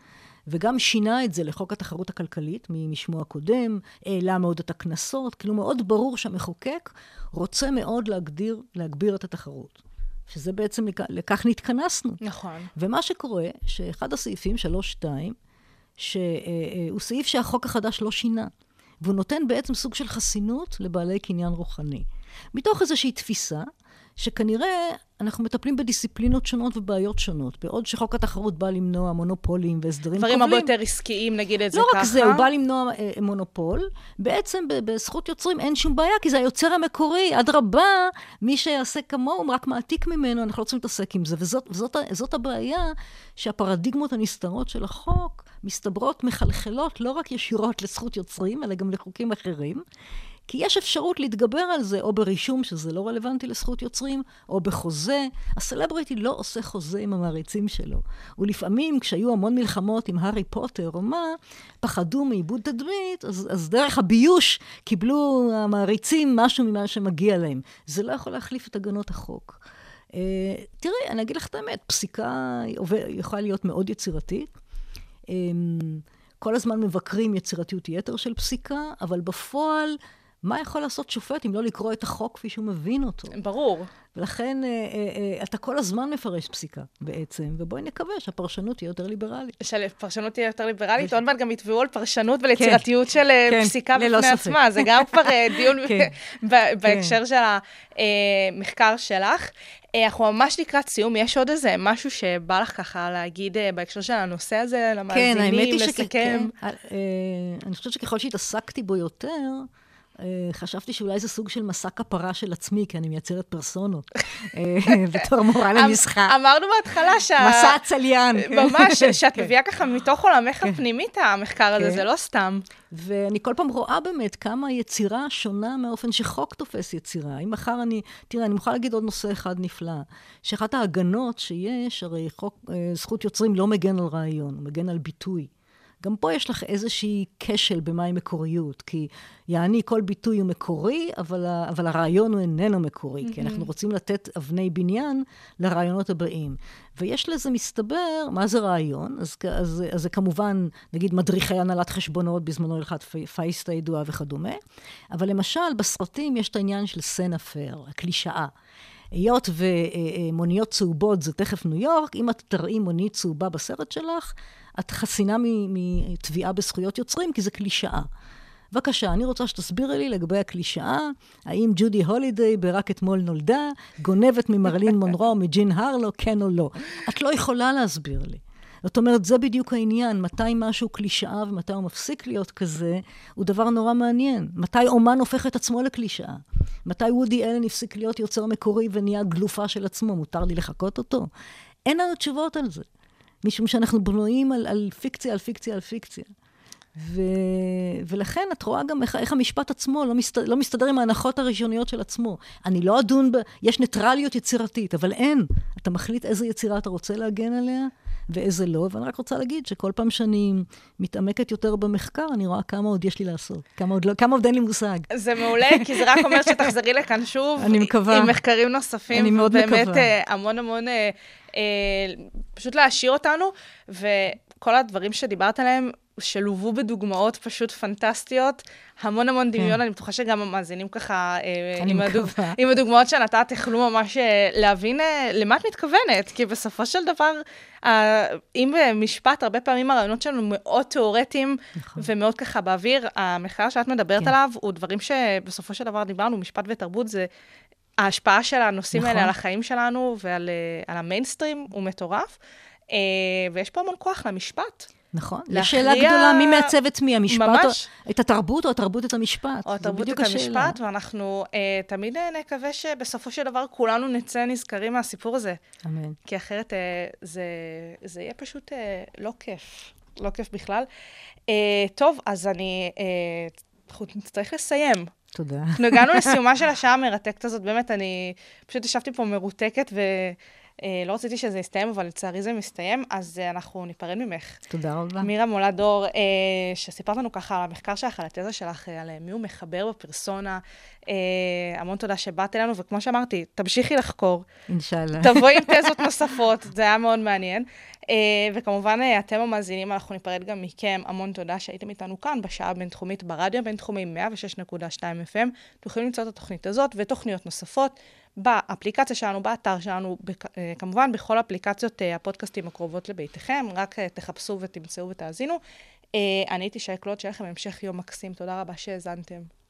וגם שינה את זה לחוק התחרות הכלכלית, משמו הקודם, העלה מאוד את הכנסות, כאילו מאוד ברור שהמחוקק רוצה מאוד להגביר את התחרות. שזה בעצם לכך נתכנסנו. נכון. ומה שקורה, שאחד הסעיפים, 3.2, שהוא סעיף שהחוק החדש לא שינה, והוא נותן בעצם סוג של חסינות לבעלי קניין רוחני. מתוך איזושהי תפיסה, שכנראה אנחנו מטפלים בדיסציפלינות שונות ובעיות שונות, בעוד שחוק התחרות בא למנוע מונופולים והסדרים כובלים. דברים הרבה יותר עסקיים, נגיד את זה ככה. לא רק זה, הוא בא למנוע מונופול. בעצם בזכות יוצרים אין שום בעיה, כי זה היוצר המקורי. אדרבה, מי שיעשה כמוהו, רק מעתיק ממנו, אנחנו לא רוצים להתעסק עם זה. וזאת הבעיה שהפרדיגמות הנסתרות של החוק מסתברות מחלחלות לא רק ישירות לזכות יוצרים, אלא גם לחוקים אחרים. כי יש אפשרות להתגבר על זה, או ברישום, שזה לא רלוונטי לזכות יוצרים, או בחוזה. הסלבריטי לא עושה חוזה עם המעריצים שלו. ולפעמים, כשהיו המון מלחמות עם הארי פוטר או מה, פחדו מאיבוד תדמית, אז דרך הביוש קיבלו המעריצים משהו ממה שמגיע להם. זה לא יכול להחליף את הגנות החוק. תראי, אני אגיד לך את האמת, פסיקה יכולה להיות מאוד יצירתית. כל הזמן מבקרים יצירתיות יתר של פסיקה, אבל בפועל, מה יכול לעשות שופט אם לא לקרוא את החוק כפי שהוא מבין אותו? ברור. ולכן אתה כל הזמן מפרש פסיקה בעצם, ובואי נקווה שהפרשנות תהיה יותר ליברלית. שהפרשנות תהיה יותר ליברלית, עוד מעט גם יתבעו על פרשנות וליצירתיות של פסיקה בפני עצמה. זה גם כבר דיון בהקשר של המחקר שלך. אנחנו ממש לקראת סיום, יש עוד איזה משהו שבא לך ככה להגיד בהקשר של הנושא הזה, למאזינים, לסכם? אני חושבת שככל שהתעסקתי בו יותר, חשבתי שאולי זה סוג של מסע כפרה של עצמי, כי אני מייצרת פרסונות, בתור מורה למשחק. אמרנו בהתחלה מסע צליין. ממש, שאת מביאה ככה מתוך עולמך הפנימית המחקר הזה, זה לא סתם. ואני כל פעם רואה באמת כמה יצירה שונה מאופן שחוק תופס יצירה. אם מחר תראה, אני מוכרחה להגיד עוד נושא אחד נפלא, שאחת ההגנות שיש, הרי חוק זכות יוצרים לא מגן על רעיון, הוא מגן על ביטוי. גם פה יש לך איזושהי כשל במהי מקוריות, כי יעני כל ביטוי הוא מקורי, אבל הרעיון הוא איננו מקורי, כי אנחנו רוצים לתת אבני בניין לרעיונות הבאים. ויש לזה מסתבר, מה זה רעיון? אז זה כמובן, נגיד, מדריכי הנהלת חשבונות, בזמנו הלכת פייסטה ידועה וכדומה, אבל למשל, בסרטים יש את העניין של סצנה פייר, הקלישאה. היות ומוניות צהובות זה תכף ניו יורק, אם את תראי מונית צהובה בסרט שלך, את חסינה מתביעה בזכויות יוצרים, כי זה קלישאה. בבקשה, אני רוצה שתסבירי לי לגבי הקלישאה, האם ג'ודי הולידיי ברק אתמול נולדה, גונבת ממרלין מונרו, מג'ין הרלו, כן או לא. את לא יכולה להסביר לי. זאת אומרת, זה בדיוק העניין, מתי משהו קלישאה ומתי הוא מפסיק להיות כזה, הוא דבר נורא מעניין. מתי אומן הופך את עצמו לקלישאה? מתי וודי אלן הפסיק להיות יוצר מקורי ונהיה גלופה של עצמו? מותר לי לחכות אותו? אין לנו תשובות על זה. משום שאנחנו בנויים על פיקציה, על פיקציה, על פיקציה. ולכן את רואה גם איך המשפט עצמו לא מסתדר עם ההנחות הראשוניות של עצמו. אני לא אדון יש ניטרליות יצירתית, אבל אין. אתה מחליט איזה יצירה אתה רוצה להגן עליה, ואיזה לא, ואני רק רוצה להגיד שכל פעם שאני מתעמקת יותר במחקר, אני רואה כמה עוד יש לי לעשות, כמה עוד אין לי מושג. זה מעולה, כי זה רק אומר שתחזרי לכאן שוב, אני מקווה. עם מחקרים נוספים, אני מאוד מקווה. ובאמת המון המון, פשוט להשאיר אותנו, וכל הדברים שדיברת עליהם, שלובו בדוגמאות פשוט פנטסטיות, המון המון דמיון, אני בטוחה שגם המאזינים ככה, עם הדוגמאות שנתת, יכלו ממש להבין למה את מתכוונת, כי בסופו של דבר, אם במשפט, הרבה פעמים הרעיונות שלנו מאוד תיאורטיים, ומאוד ככה באוויר, המחקר שאת מדברת עליו, הוא דברים שבסופו של דבר דיברנו, משפט ותרבות, זה ההשפעה של הנושאים האלה על החיים שלנו, ועל המיינסטרים, הוא מטורף, ויש פה המון כוח למשפט. נכון. יש שאלה גדולה, מי מעצב את מי? המשפט, את התרבות או התרבות את המשפט? או התרבות את המשפט, ואנחנו תמיד נקווה שבסופו של דבר כולנו נצא נזכרים מהסיפור הזה. אמן. כי אחרת זה יהיה פשוט לא כיף. לא כיף בכלל. טוב, אז אנחנו נצטרך לסיים. תודה. אנחנו הגענו לסיומה של השעה המרתקת הזאת, באמת אני פשוט ישבתי פה מרותקת לא רציתי שזה יסתיים, אבל לצערי זה מסתיים, אז אנחנו ניפרד ממך. תודה רבה. מירה מולד דור, שסיפרת לנו ככה על המחקר שלך, על התזה שלך, על מי הוא מחבר בפרסונה. המון תודה שבאת אלינו, וכמו שאמרתי, תמשיכי לחקור. אינשאללה. תבואי עם תזות נוספות, זה היה מאוד מעניין. וכמובן, אתם המאזינים, אנחנו ניפרד גם מכם. המון תודה שהייתם איתנו כאן, בשעה הבינתחומית, ברדיו הבינתחומי 106.2 FM. אתם יכולים למצוא את התוכנית הזאת ותוכניות נוספות באפליקציה שלנו, באתר שלנו, כמובן בכל אפליקציות הפודקאסטים הקרובות לביתכם. רק תחפשו ותמצאו ותאזינו. אני הייתי שי קלוט, שיהיה לכם המשך יום מקסים. תודה רבה שהאזנתם.